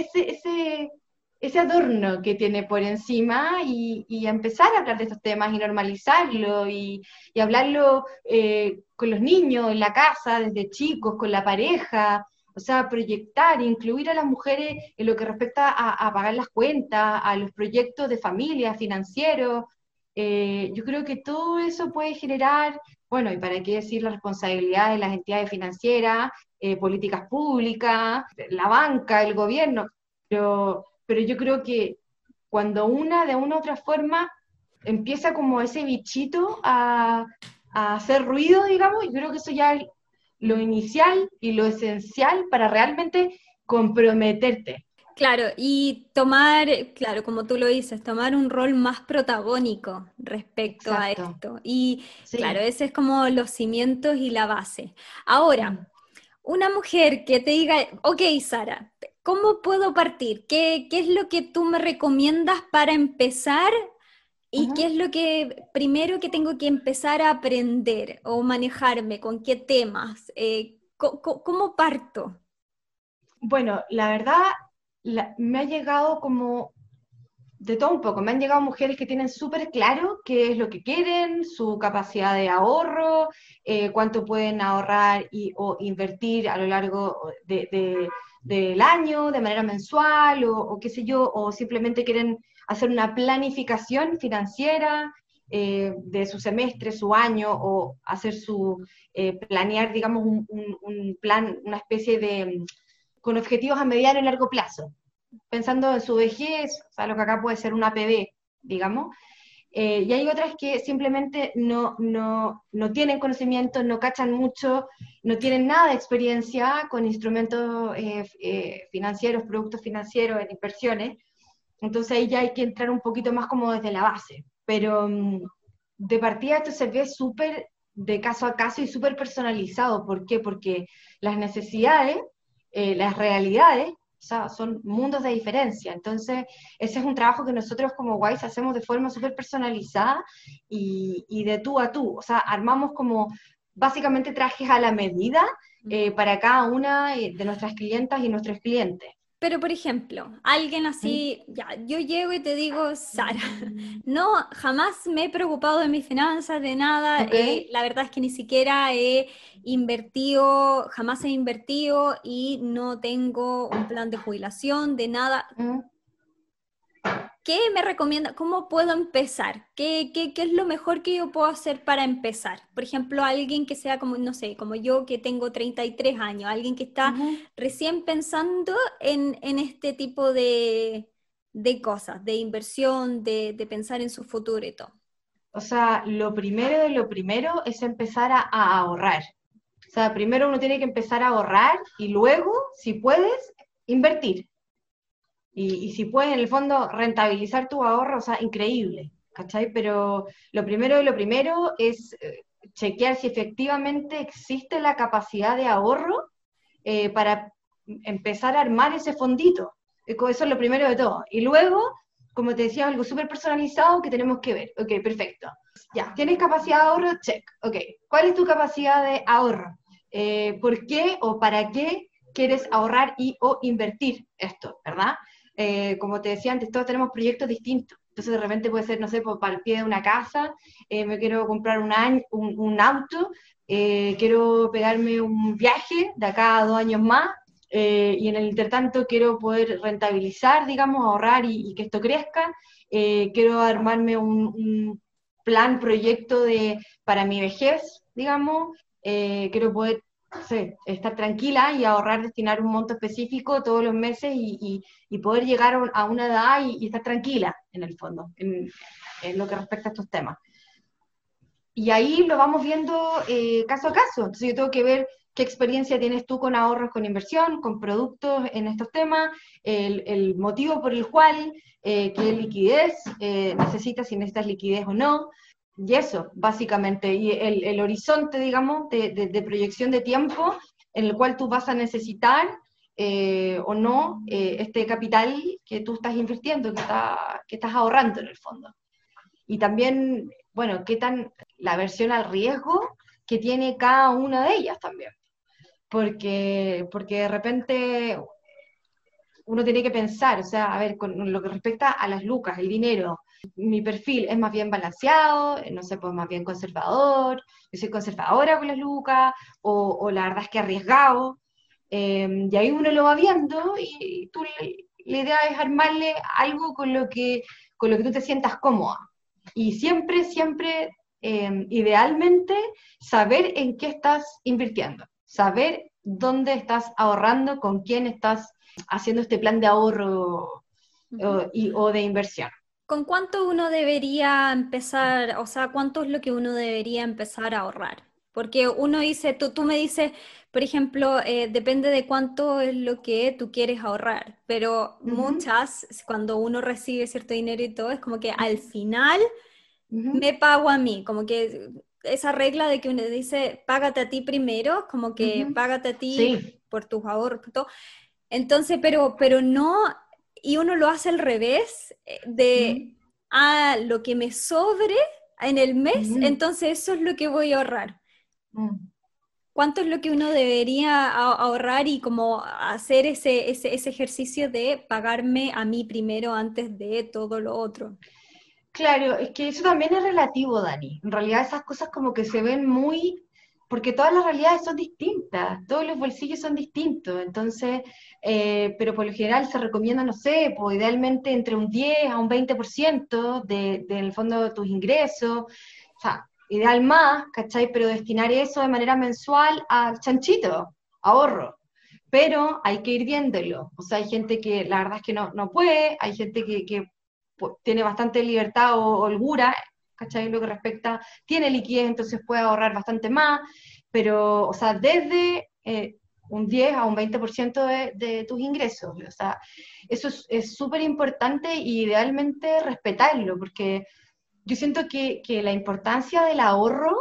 ese adorno que tiene por encima y empezar a hablar de estos temas y normalizarlo y hablarlo con los niños en la casa, desde chicos, con la pareja, o sea, proyectar, incluir a las mujeres en lo que respecta a pagar las cuentas, a los proyectos de familia, financieros. Yo creo que todo eso puede generar, bueno, y para qué decir la responsabilidad de las entidades financieras, políticas públicas, la banca, el gobierno, pero yo creo que cuando una de una u otra forma empieza como ese bichito a hacer ruido, digamos, yo creo que eso ya es lo inicial y lo esencial para realmente comprometerte. Claro, y tomar, claro, como tú lo dices, tomar un rol más protagónico respecto a Exacto, esto. Y claro, sí. ese es como los cimientos y la base. Ahora, Mm. una mujer que te diga, ok, Sara, ¿cómo puedo partir? ¿Qué es lo que tú me recomiendas para empezar? ¿Y qué Ujú. es lo que primero que tengo que empezar a aprender o manejarme? ¿Con qué temas? ¿Cómo parto? Bueno, la verdad, me ha llegado como de todo un poco. Me han llegado mujeres que tienen súper claro qué es lo que quieren, su capacidad de ahorro, cuánto pueden ahorrar o invertir a lo largo del año, de manera mensual, o qué sé yo, o simplemente quieren hacer una planificación financiera de su semestre, su año, o hacer planear, digamos, un plan, una especie de, con objetivos a mediano y largo plazo pensando en su vejez, o sea, lo que acá puede ser una APB, digamos, y hay otras que simplemente no tienen conocimiento, no cachan mucho, no tienen nada de experiencia con instrumentos financieros, productos financieros, en inversiones, entonces ahí ya hay que entrar un poquito más como desde la base, pero de partida esto se ve súper de caso a caso y súper personalizado. ¿Por qué? Porque las necesidades, las realidades, o sea, son mundos de diferencia. Entonces, ese es un trabajo que nosotros como Wise hacemos de forma súper personalizada y de tú a tú. O sea, armamos como básicamente trajes a la medida para cada una de nuestras clientas y nuestros clientes. Pero, por ejemplo, alguien ¿Mm? así, ya, yo llego y te digo, Sara, no, jamás me he preocupado de mis finanzas, de nada, ¿Ok? la verdad es que ni siquiera he invertido, jamás he invertido y no tengo un plan de jubilación, de nada. ¿Mm? ¿Qué me recomienda? ¿Cómo puedo empezar? ¿Qué es lo mejor que yo puedo hacer para empezar? Por ejemplo, alguien que sea como, no sé, como yo que tengo 33 años, alguien que está Ujú. recién pensando en este tipo de cosas, de inversión, de pensar en su futuro y todo. O sea, lo primero de lo primero es empezar a ahorrar. O sea, primero uno tiene que empezar a ahorrar y luego, si puedes, invertir. Y si puedes, en el fondo, rentabilizar tu ahorro, o sea, increíble, ¿cachai? Pero lo primero de lo primero es chequear si efectivamente existe la capacidad de ahorro para empezar a armar ese fondito. Eso es lo primero de todo. Y luego, como te decía, algo súper personalizado que tenemos que ver. Ok, perfecto. Ya, ¿tienes capacidad de ahorro? Check. Ok, ¿cuál es tu capacidad de ahorro? ¿Por qué o para qué quieres ahorrar y o invertir esto, ¿verdad? Como te decía antes, todos tenemos proyectos distintos. Entonces de repente puede ser, no sé, para el pie de una casa, me quiero comprar un auto, quiero pegarme un viaje de acá a 2 años más, y en el intertanto quiero poder rentabilizar, digamos, ahorrar y que esto crezca. Quiero armarme un plan, proyecto para mi vejez, digamos. Quiero poder, no sé, estar tranquila y ahorrar, destinar un monto específico todos los meses y poder llegar a una edad y estar tranquila, en el fondo, en lo que respecta a estos temas. Y ahí lo vamos viendo caso a caso. Entonces yo tengo que ver qué experiencia tienes tú con ahorros, con inversión, con productos en estos temas, el motivo por el cual, qué liquidez necesitas, si necesitas liquidez o no. Y eso, básicamente, y el horizonte, digamos, de proyección de tiempo en el cual tú vas a necesitar o no este capital que tú estás invirtiendo, que estás ahorrando en el fondo. Y también, bueno, qué tan la aversión al riesgo que tiene cada una de ellas también. Porque de repente uno tiene que pensar, o sea, a ver, con lo que respecta a las lucas, el dinero, mi perfil es más bien balanceado, no sé, pues más bien conservador, yo soy conservadora con las lucas, o la verdad es que arriesgado, y ahí uno lo va viendo y tú la idea es armarle algo con lo que tú te sientas cómoda. Y siempre, siempre, idealmente, saber en qué estás invirtiendo, saber dónde estás ahorrando, con quién estás haciendo este plan de ahorro o de inversión. ¿Con cuánto uno debería empezar, o sea, cuánto es lo que uno debería empezar a ahorrar? Porque uno dice, tú me dices, por ejemplo, depende de cuánto es lo que tú quieres ahorrar, pero Ujú, muchas, cuando uno recibe cierto dinero y todo, es como que al final ujú, me pago a mí, como que esa regla de que uno dice, págate a ti primero, como que ujú. págate a ti Sí. por tus ahorros, por todo. Entonces, pero no, y uno lo hace al revés, de, Ujú, lo que me sobre en el mes, ujú, entonces eso es lo que voy a ahorrar. ujú. ¿Cuánto es lo que uno debería ahorrar y como hacer ese ejercicio de pagarme a mí primero antes de todo lo otro? Claro, es que eso también es relativo, Dani. En realidad esas cosas como que se ven muy, porque todas las realidades son distintas, todos los bolsillos son distintos, entonces, pero por lo general se recomienda, no sé, pues idealmente entre un 10 a un 20% del fondo de tus ingresos, o sea, ideal más, ¿cachai? Pero destinar eso de manera mensual al chanchito, ahorro. Pero hay que ir viéndolo. O sea, hay gente que la verdad es que no puede, hay gente que tiene bastante libertad o holgura, ¿cachai? Lo que respecta, tiene liquidez, entonces puede ahorrar bastante más, pero, o sea, desde un 10 a un 20% de tus ingresos, o sea, eso es súper importante y idealmente respetarlo, porque yo siento que la importancia del ahorro,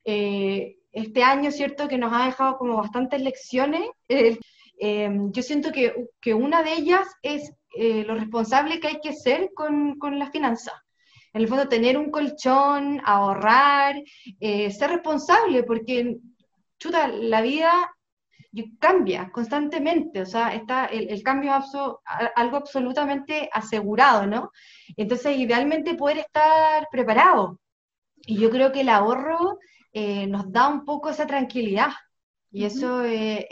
este año, ¿cierto?, que nos ha dejado como bastantes lecciones, yo siento que una de ellas es lo responsable que hay que ser con las finanzas. En el fondo, tener un colchón, ahorrar, ser responsable, porque, chuta, la vida cambia constantemente, o sea, el cambio es algo absolutamente asegurado, ¿no? Entonces, idealmente poder estar preparado. Y yo creo que el ahorro nos da un poco esa tranquilidad. Y Ujú. eso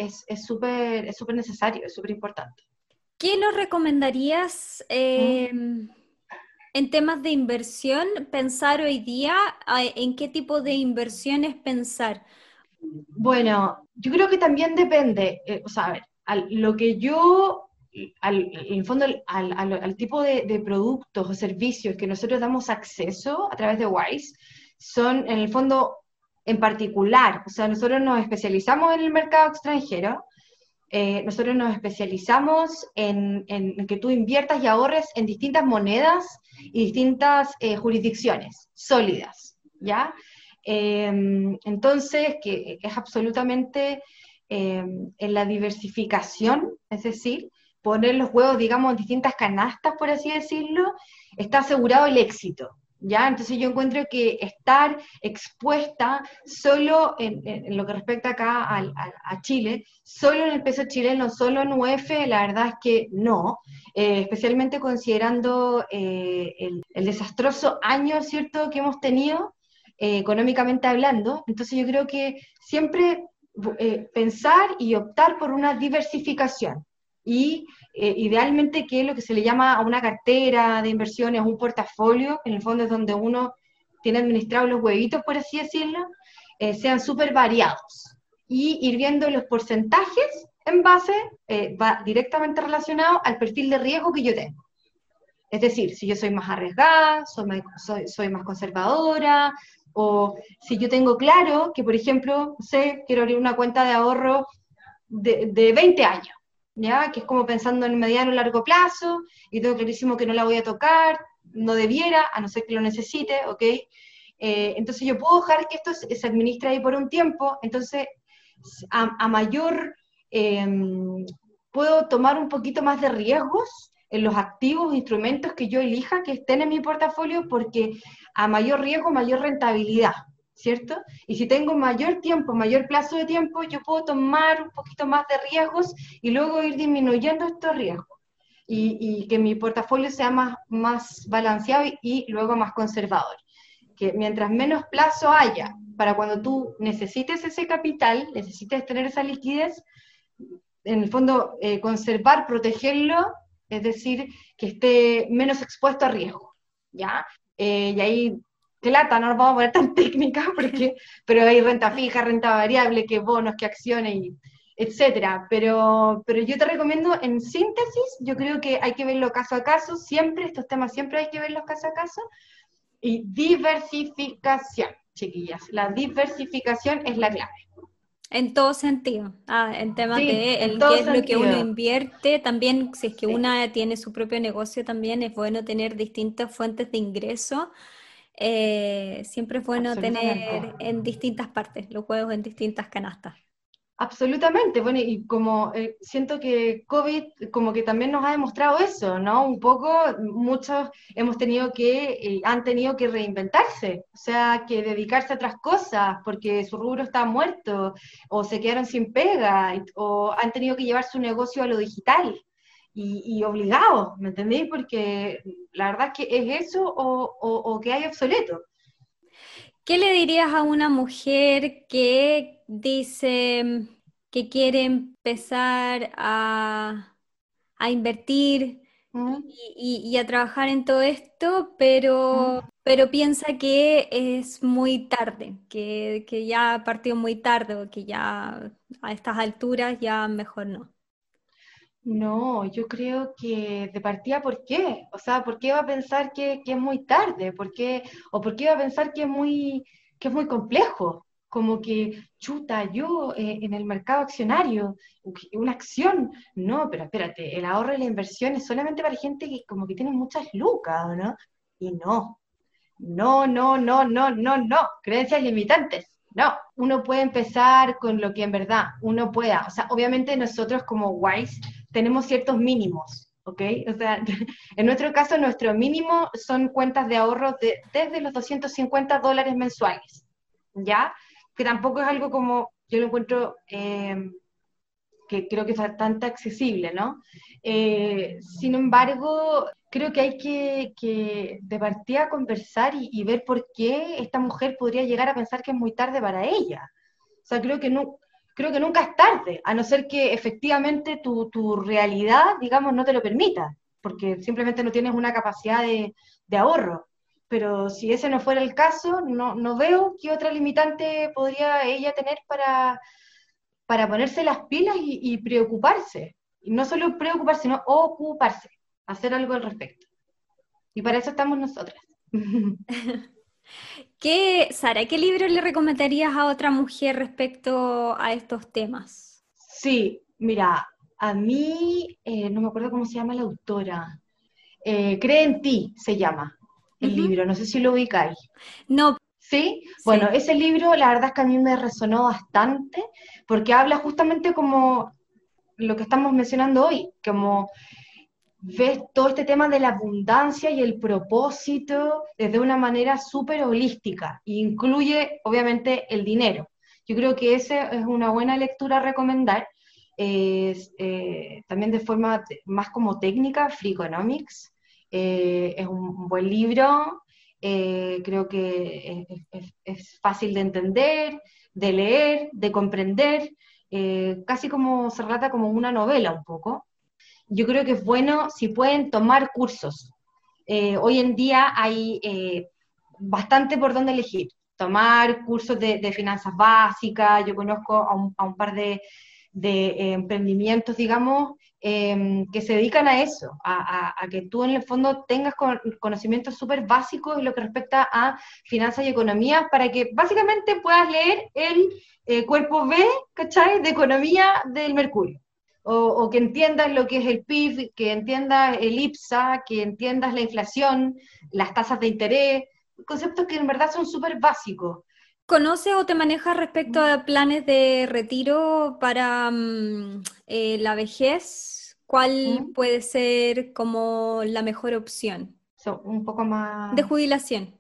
es súper necesario, es súper importante. ¿Qué nos recomendarías ¿Mm? en temas de inversión, pensar hoy día, en qué tipo de inversiones pensar? Bueno, yo creo que también depende, o sea, a ver, lo que yo, en el fondo, al tipo de productos o servicios que nosotros damos acceso a través de Wise, son en el fondo en particular, o sea, nosotros nos especializamos en el mercado extranjero. Nosotros nos especializamos en que tú inviertas y ahorres en distintas monedas y distintas jurisdicciones sólidas, ¿ya? Entonces, que es absolutamente en la diversificación, es decir, poner los huevos, digamos, en distintas canastas, por así decirlo, está asegurado el éxito, ¿ya? Entonces yo encuentro que estar expuesta solo en lo que respecta acá a Chile, solo en el peso chileno, solo en UF, la verdad es que no, especialmente considerando el desastroso año, ¿cierto?, que hemos tenido, económicamente hablando. Entonces yo creo que siempre pensar y optar por una diversificación. Y idealmente que lo que se le llama a una cartera de inversiones, un portafolio, en el fondo es donde uno tiene administrados los huevitos, por así decirlo, sean súper variados. Y ir viendo los porcentajes en base, va directamente relacionado al perfil de riesgo que yo tengo. Es decir, si yo soy más arriesgada, soy más conservadora, o si yo tengo claro que, por ejemplo, sé, quiero abrir una cuenta de ahorro de 20 años, ¿ya? Que es como pensando en mediano o largo plazo, y tengo clarísimo que no la voy a tocar, no debiera, a no ser que lo necesite, ¿ok? Entonces yo puedo dejar que esto se administre ahí por un tiempo, entonces a mayor, eh, puedo tomar un poquito más de riesgos en los activos, instrumentos que yo elija que estén en mi portafolio, porque a mayor riesgo, mayor rentabilidad, ¿cierto? Y si tengo mayor tiempo, mayor plazo de tiempo, yo puedo tomar un poquito más de riesgos y luego ir disminuyendo estos riesgos. Y que mi portafolio sea más balanceado y luego más conservador. Que mientras menos plazo haya para cuando tú necesites ese capital, necesites tener esa liquidez, en el fondo conservar, protegerlo, es decir, que esté menos expuesto a riesgo, ¿ya? Y ahí, qué lata, no nos vamos a poner tan técnicas, pero hay renta fija, renta variable, que bonos, que acciones, etcétera. Pero yo te recomiendo, en síntesis, yo creo que hay que verlo caso a caso, siempre, estos temas siempre hay que verlos caso a caso, y diversificación, chiquillas. La diversificación es la clave. En todo sentido. En temas Sí, de en qué todo es lo que uno sentido. invierte, también si es que Sí, una tiene su propio negocio, también es bueno tener distintas fuentes de ingreso. Siempre es bueno absolutamente. tener en distintas partes los juegos en distintas canastas. Absolutamente, bueno, y como siento que COVID como que también nos ha demostrado eso, ¿no? Un poco, muchos hemos tenido han tenido que reinventarse, o sea, que dedicarse a otras cosas porque su rubro está muerto, o se quedaron sin pega, o han tenido que llevar su negocio a lo digital, y obligados, ¿me entendéis? Porque la verdad es que es eso o que hay obsoleto. ¿Qué le dirías a una mujer que dice que quiere empezar a invertir ¿Mm? y a trabajar en todo esto, ¿Mm? pero piensa que es muy tarde, que ya partió muy tarde o que ya a estas alturas ya mejor no? No, yo creo que de partida, ¿por qué? O sea, ¿por qué va a pensar que es muy tarde? ¿O por qué va a pensar que es muy complejo? Como que, chuta, yo en el mercado accionario, una acción, no, pero espérate, el ahorro y la inversión es solamente para gente que como que tiene muchas lucas, ¿o no? Y no, no, no, no, no, no, no. Creencias limitantes. No, uno puede empezar con lo que en verdad uno pueda. O sea, obviamente nosotros como WISE tenemos ciertos mínimos, ¿ok? O sea, en nuestro caso, nuestro mínimo son cuentas de ahorro desde los $250 mensuales, ¿ya? Que tampoco es algo como, yo lo encuentro que creo que es bastante accesible, ¿no? Sin embargo, creo que hay que de partida conversar y ver por qué esta mujer podría llegar a pensar que es muy tarde para ella. O sea, creo que nunca es tarde, a no ser que efectivamente tu realidad, digamos, no te lo permita, porque simplemente no tienes una capacidad de ahorro. Pero si ese no fuera el caso, no veo qué otra limitante podría ella tener para ponerse las pilas y preocuparse. Y no solo preocuparse, sino ocuparse, hacer algo al respecto. Y para eso estamos nosotras. Sara, qué libro le recomendarías a otra mujer respecto a estos temas? Sí, mira, a mí, no me acuerdo cómo se llama la autora. Cree en ti se llama el Ujú. libro, no sé si lo ubicáis. No, ¿Sí? Bueno, sí. ese libro la verdad es que a mí me resonó bastante porque habla justamente como lo que estamos mencionando hoy, como ves todo este tema de la abundancia y el propósito desde una manera súper holística, e incluye obviamente el dinero. Yo creo que esa es una buena lectura a recomendar. También de forma más como técnica, Free Economics, es un buen libro, creo que es fácil de entender, de leer, de comprender, casi como se relata como una novela un poco. Yo creo que es bueno si pueden tomar cursos. Hoy en día hay bastante por dónde elegir. Tomar cursos de finanzas básicas, yo conozco a un par de emprendimientos, digamos, que se dedican a eso, a que tú en el fondo tengas conocimientos súper básicos en lo que respecta a finanzas y economía, para que básicamente puedas leer el cuerpo B, ¿cachai?, de economía del Mercurio. O que entiendas lo que es el PIB, que entiendas el IPSA, que entiendas la inflación, las tasas de interés, conceptos que en verdad son súper básicos. ¿Conoces o te manejas respecto a planes de retiro para la vejez? ¿Cuál ¿Mm? puede ser como la mejor opción? Un poco De más, jubilación.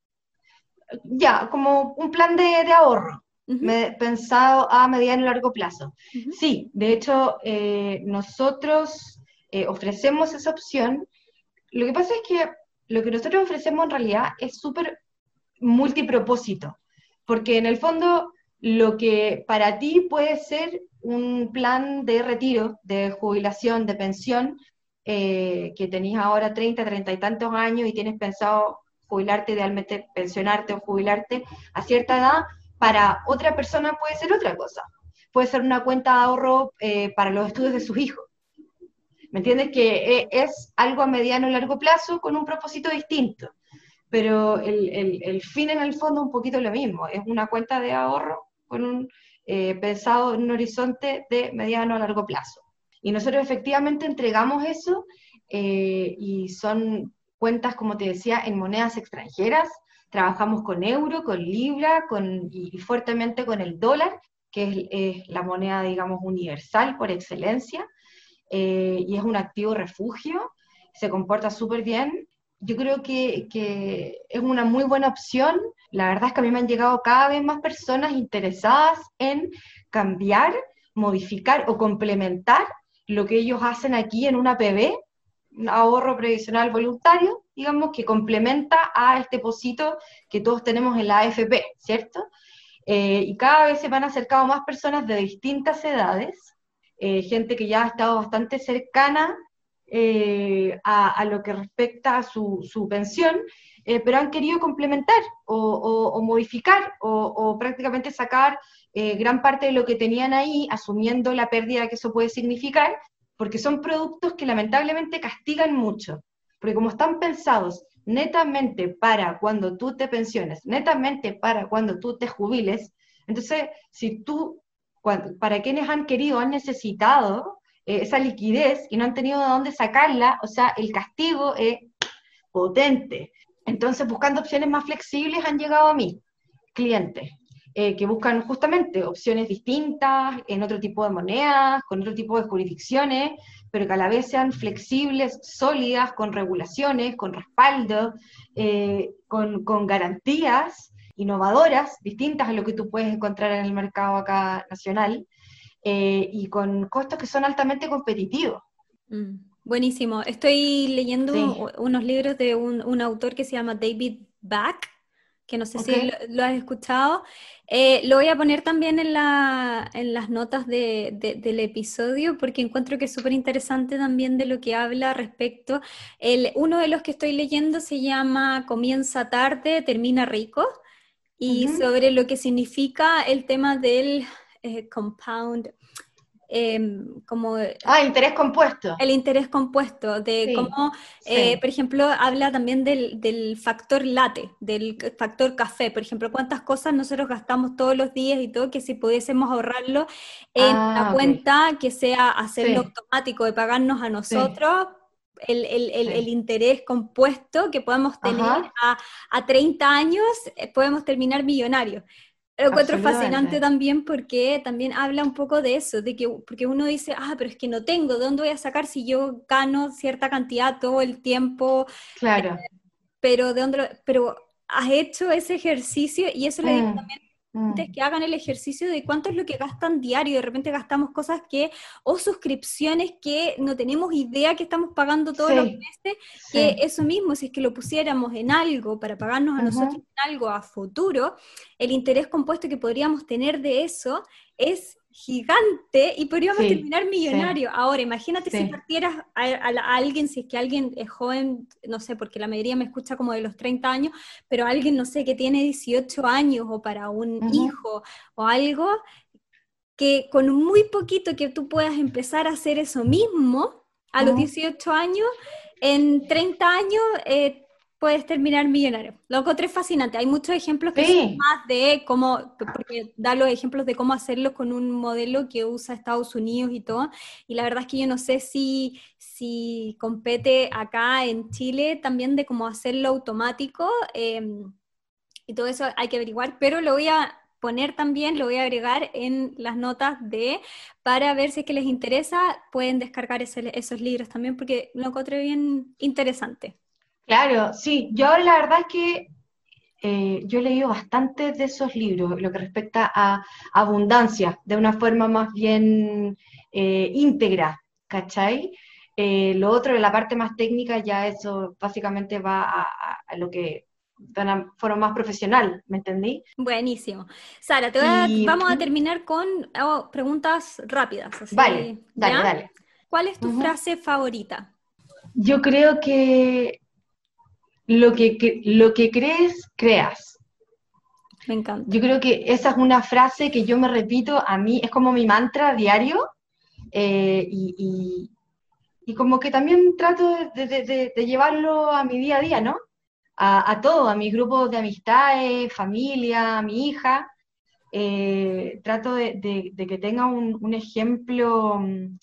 ya, como un plan de ahorro, Ujú, pensado a mediano y largo plazo. ujú. Sí, de hecho, nosotros ofrecemos esa opción. Lo que pasa es que lo que nosotros ofrecemos en realidad es súper multipropósito, porque en el fondo lo que para ti puede ser un plan de retiro, de jubilación, de pensión, que tenéis ahora 30, 30 y tantos años y tienes pensado jubilarte, idealmente pensionarte o jubilarte a cierta edad, para otra persona puede ser otra cosa. Puede ser una cuenta de ahorro para los estudios de sus hijos. ¿Me entiendes? Que es algo a mediano y largo plazo con un propósito distinto, pero el fin en el fondo es un poquito lo mismo, es una cuenta de ahorro con un pensado en un horizonte de mediano a largo plazo. Y nosotros efectivamente entregamos eso, y son cuentas, como te decía, en monedas extranjeras. Trabajamos con euro, con libra, y fuertemente con el dólar, que es la moneda, digamos, universal por excelencia, y es un activo refugio, se comporta súper bien. Yo creo que es una muy buena opción. La verdad es que a mí me han llegado cada vez más personas interesadas en cambiar, modificar o complementar lo que ellos hacen aquí en una PB, un ahorro previsional voluntario, digamos, que complementa a este pocito que todos tenemos en la AFP, ¿cierto? Y cada vez se van acercando más personas de distintas edades, gente que ya ha estado bastante cercana a lo que respecta a su pensión, pero han querido complementar o modificar o prácticamente sacar gran parte de lo que tenían ahí, asumiendo la pérdida que eso puede significar, porque son productos que lamentablemente castigan mucho, porque como están pensados netamente para cuando tú te pensiones, netamente para cuando tú te jubiles, entonces, si tú, para quienes han querido, han necesitado esa liquidez y no han tenido de dónde sacarla, o sea, el castigo es potente. Entonces, buscando opciones más flexibles, han llegado a mí clientes que buscan justamente opciones distintas, en otro tipo de monedas, con otro tipo de jurisdicciones, pero que a la vez sean flexibles, sólidas, con regulaciones, con respaldo, con garantías innovadoras, distintas a lo que tú puedes encontrar en el mercado acá nacional, y con costos que son altamente competitivos. Buenísimo. Estoy leyendo Sí, unos libros de un autor que se llama David Back, que no sé ok. si lo has escuchado. Lo voy a poner también en las notas del episodio porque encuentro que es súper interesante también de lo que habla respecto. Uno de los que estoy leyendo se llama Comienza tarde, termina rico, y Ujú. sobre lo que significa el tema del compound, como Ah, interés compuesto. el interés compuesto, de Sí, cómo, sí. por ejemplo, habla también del factor latte, del factor café, por ejemplo, cuántas cosas nosotros gastamos todos los días y todo, que si pudiésemos ahorrarlo en una Ah, ok. cuenta que sea hacerlo Sí, automático, de pagarnos a sí, nosotros. El sí. interés compuesto que podemos tener Ajá. a 30 años, podemos terminar millonarios. Lo encuentro fascinante absolutamente. también porque también habla un poco de eso, de que porque uno dice, pero es que no tengo, ¿de dónde voy a sacar si yo gano cierta cantidad todo el tiempo? Claro. Pero pero has hecho ese ejercicio y eso le digo Mm, también a los mm. clientes que hagan el ejercicio de cuánto es lo que gastan diario, de repente gastamos cosas que, o suscripciones que no tenemos idea que estamos pagando todos los Sí, meses, que sí. eso mismo, si es que lo pusiéramos en algo para pagarnos a nosotros Ujú, en algo a futuro, el interés compuesto que podríamos tener de eso es gigante y podríamos sí, terminar sí, millonarios. Ahora, imagínate si sí. partieras a alguien, si es que alguien es joven, no sé, porque la mayoría me escucha como de los 30 años, pero alguien, no sé, que tiene 18 años o para un Ujú, hijo o algo, que con muy poquito que tú puedas empezar a hacer eso mismo a los ujú. 18 años, en 30 años puedes terminar millonario. Lo encontré fascinante. Hay muchos ejemplos que son Sí, más de cómo, porque da los ejemplos de cómo hacerlo con un modelo que usa Estados Unidos y todo. Y la verdad es que yo no sé si compete acá en Chile también de cómo hacerlo automático. Y todo eso hay que averiguar, pero lo voy a poner también, lo voy a agregar en las notas para ver si es que les interesa, pueden descargar esos libros también, porque lo encontré bien interesante. claro, sí. Yo la verdad es que yo he leído bastantes de esos libros, lo que respecta a abundancia, de una forma más bien íntegra, ¿cachai? Lo otro, de la parte más técnica, ya eso básicamente va a lo que de una forma más profesional, ¿me entendí? Buenísimo. Sara, Y vamos a terminar con preguntas rápidas, vale, así, dale, ¿ya? dale. ¿Cuál es tu Ujú. frase favorita? Yo creo que lo que crees, creas. Me Yo encanta. creo que esa es una frase que yo me repito a mí, es como mi mantra diario, eh, y, y- y como que también trato de llevarlo a mi día a día, ¿no? A todo, a mis grupos de amistades, familia, a mi hija. Trato de que tenga un ejemplo,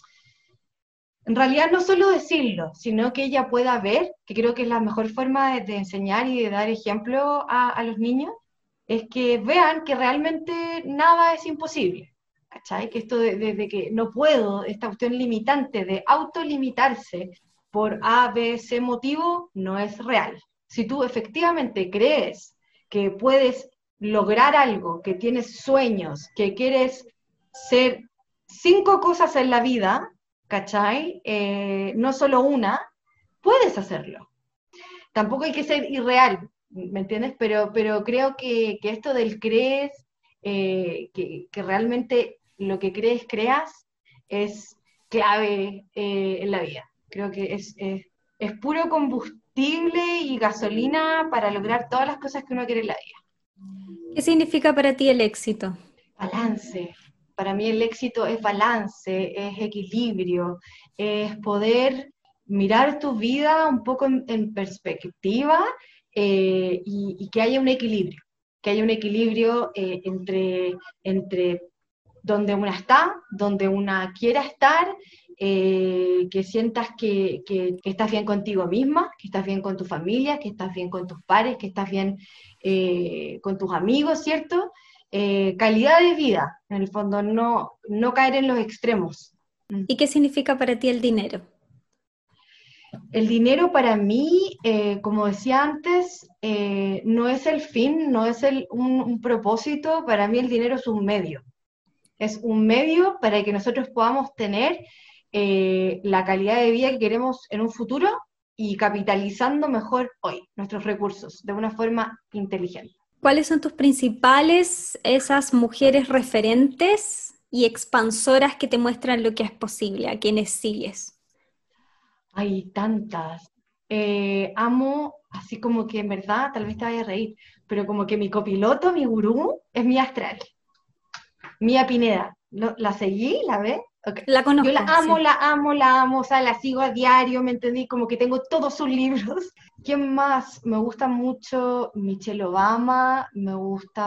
en realidad no solo decirlo, sino que ella pueda ver, que creo que es la mejor forma de enseñar y de dar ejemplo a los niños, es que vean que realmente nada es imposible. ¿Cachai? Que esto de que no puedo, esta cuestión limitante de autolimitarse por A, B, C motivo, no es real. Si tú efectivamente crees que puedes lograr algo, que tienes sueños, que quieres ser 5 cosas en la vida, ¿cachai? No solo una, puedes hacerlo. Tampoco hay que ser irreal, ¿me entiendes? Pero creo que esto del crees, que realmente lo que crees, creas, es clave en la vida. Creo que es puro combustible y gasolina para lograr todas las cosas que uno quiere en la vida. ¿Qué significa para ti el éxito? Balance. Para mí el éxito es balance, es equilibrio, es poder mirar tu vida un poco en perspectiva, y que haya un equilibrio, que haya un equilibrio entre donde una está, donde una quiera estar, que sientas que estás bien contigo misma, que estás bien con tu familia, que estás bien con tus pares, que estás bien con tus amigos, ¿cierto? Calidad de vida, en el fondo, no caer en los extremos. Mm. ¿Y qué significa para ti el dinero? El dinero para mí, como decía antes, no es el fin, no es un propósito, para mí el dinero es un medio para que nosotros podamos tener la calidad de vida que queremos en un futuro y capitalizando mejor hoy nuestros recursos de una forma inteligente. ¿Cuáles son tus principales, esas mujeres referentes y expansoras que te muestran lo que es posible, a quienes sigues? Hay tantas. Amo, así como que en verdad, tal vez te vaya a reír, pero como que mi copiloto, mi gurú, es mi astral, Mía Pineda. ¿La seguí? ¿La ve? Okay. La Yo conozco, sí. la amo, o sea, la sigo a diario, ¿me entendí? Como que tengo todos sus libros. ¿Quién más? Me gusta mucho Michelle Obama, me gusta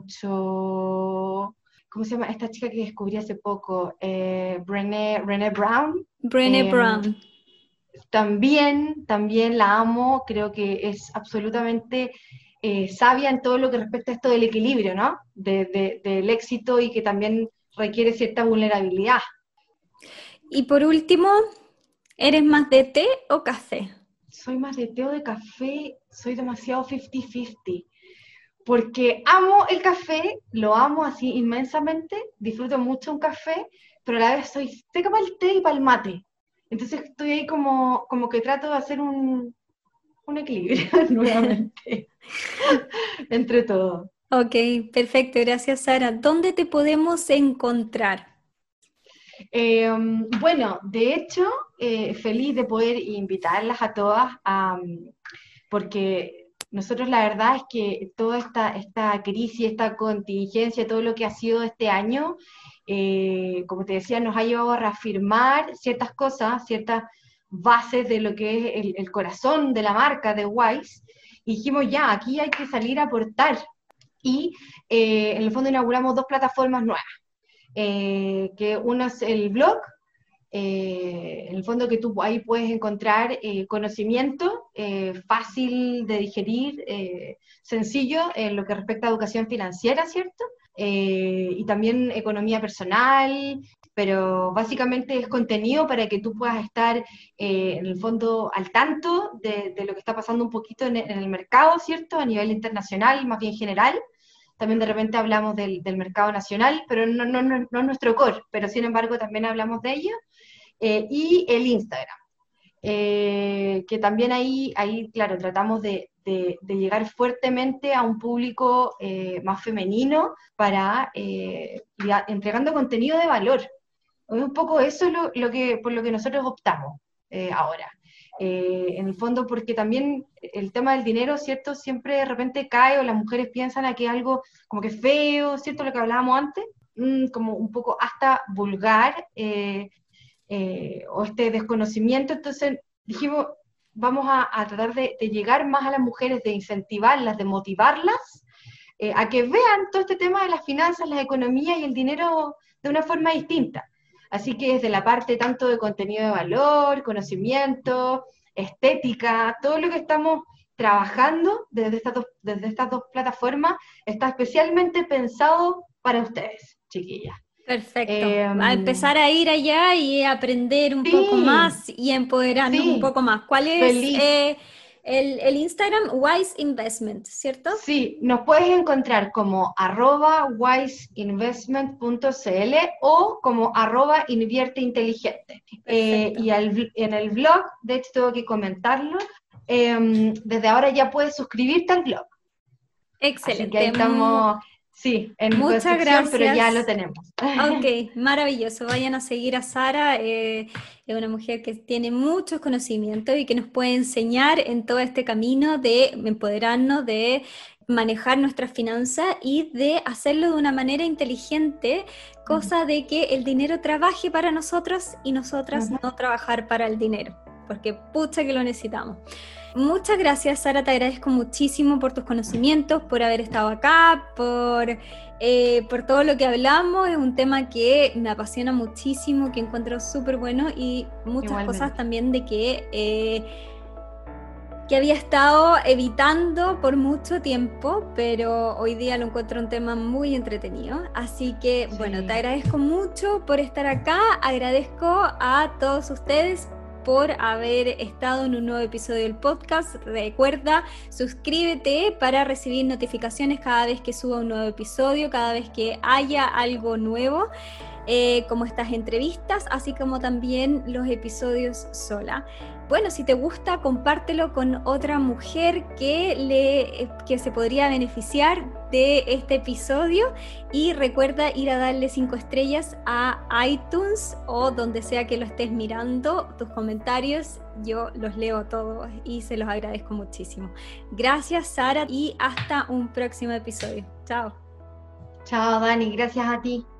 mucho, ¿cómo se llama? Esta chica que descubrí hace poco, Brené Brown. Brené Eh, Brown. también la amo, creo que es absolutamente sabia en todo lo que respecta a esto del equilibrio, ¿no? Del éxito y que también requiere cierta vulnerabilidad. Y por último, ¿eres más de té o café? Soy más de té o de café, soy demasiado 50-50, porque amo el café, lo amo así inmensamente, disfruto mucho un café, pero a la vez soy seca para el té y para el mate. Entonces estoy ahí como que trato de hacer un equilibrio nuevamente entre todo. Ok, perfecto, gracias Sara. ¿Dónde te podemos encontrar? Bueno, de hecho, feliz de poder invitarlas a todas, porque nosotros la verdad es que toda esta crisis, esta contingencia, todo lo que ha sido este año, como te decía, nos ha llevado a reafirmar ciertas cosas, ciertas bases de lo que es el corazón de la marca de Wise, y dijimos, ya, aquí hay que salir a aportar. Y en el fondo inauguramos 2 plataformas nuevas, que una es el blog, en el fondo que tú ahí puedes encontrar conocimiento fácil de digerir, sencillo en lo que respecta a educación financiera, ¿cierto? Y también economía personal, pero básicamente es contenido para que tú puedas estar en el fondo al tanto de lo que está pasando un poquito en el mercado, ¿cierto? A nivel internacional, más bien general. También de repente hablamos del mercado nacional, pero no es nuestro core, pero sin embargo también hablamos de ello. Y el Instagram, que también ahí claro, tratamos de llegar fuertemente a un público más femenino para entregando contenido de valor. Un poco eso es por lo que nosotros optamos ahora. En el fondo, porque también el tema del dinero, ¿cierto? Siempre de repente cae o las mujeres piensan a que es algo como que feo, ¿cierto? Lo que hablábamos antes, como un poco hasta vulgar, o este desconocimiento. Entonces dijimos, vamos a tratar de llegar más a las mujeres, de incentivarlas, de motivarlas, a que vean todo este tema de las finanzas, la economía y el dinero de una forma distinta. Así que desde la parte tanto de contenido de valor, conocimiento, estética, todo lo que estamos trabajando desde estas dos plataformas está especialmente pensado para ustedes, chiquillas. Perfecto. A empezar a ir allá y aprender un poco Sí, más y empoderarnos un sí, poco más. ¿Cuál es feliz. el Instagram? Wise Investment, ¿cierto? Sí, nos puedes encontrar como @wiseinvestment.cl o como @invierte-inteligente. Perfecto. Y en el blog, de hecho tengo que comentarlo, desde ahora ya puedes suscribirte al blog. Así que ahí Excelente. estamos, sí, en Muchas construcción, pero ya lo gracias. tenemos. Ok, maravilloso. Vayan a seguir a Sara. Es una mujer que tiene muchos conocimientos y que nos puede enseñar en todo este camino de empoderarnos, de manejar nuestras finanzas y de hacerlo de una manera inteligente, cosa de que el dinero trabaje para nosotros y nosotras Ujú. no trabajar para el dinero, porque pucha que lo necesitamos. Muchas gracias, Sara, te agradezco muchísimo por tus conocimientos, por haber estado acá, por todo lo que hablamos. Es un tema que me apasiona muchísimo, que encuentro súper bueno y muchas cosas Igualmente. también de que había estado evitando por mucho tiempo, pero hoy día lo encuentro un tema muy entretenido. Así que, bueno, te Sí. agradezco mucho por estar acá, agradezco a todos ustedes por haber estado en un nuevo episodio del podcast. Recuerda, suscríbete para recibir notificaciones cada vez que suba un nuevo episodio, cada vez que haya algo nuevo, como estas entrevistas, así como también los episodios sola. Bueno, si te gusta, compártelo con otra mujer que se podría beneficiar de este episodio, y recuerda ir a darle 5 estrellas a iTunes o donde sea que lo estés mirando. Tus comentarios yo los leo todos y se los agradezco muchísimo. Gracias, Sara, y hasta un próximo episodio. Chao. Chao, Dani, gracias a ti.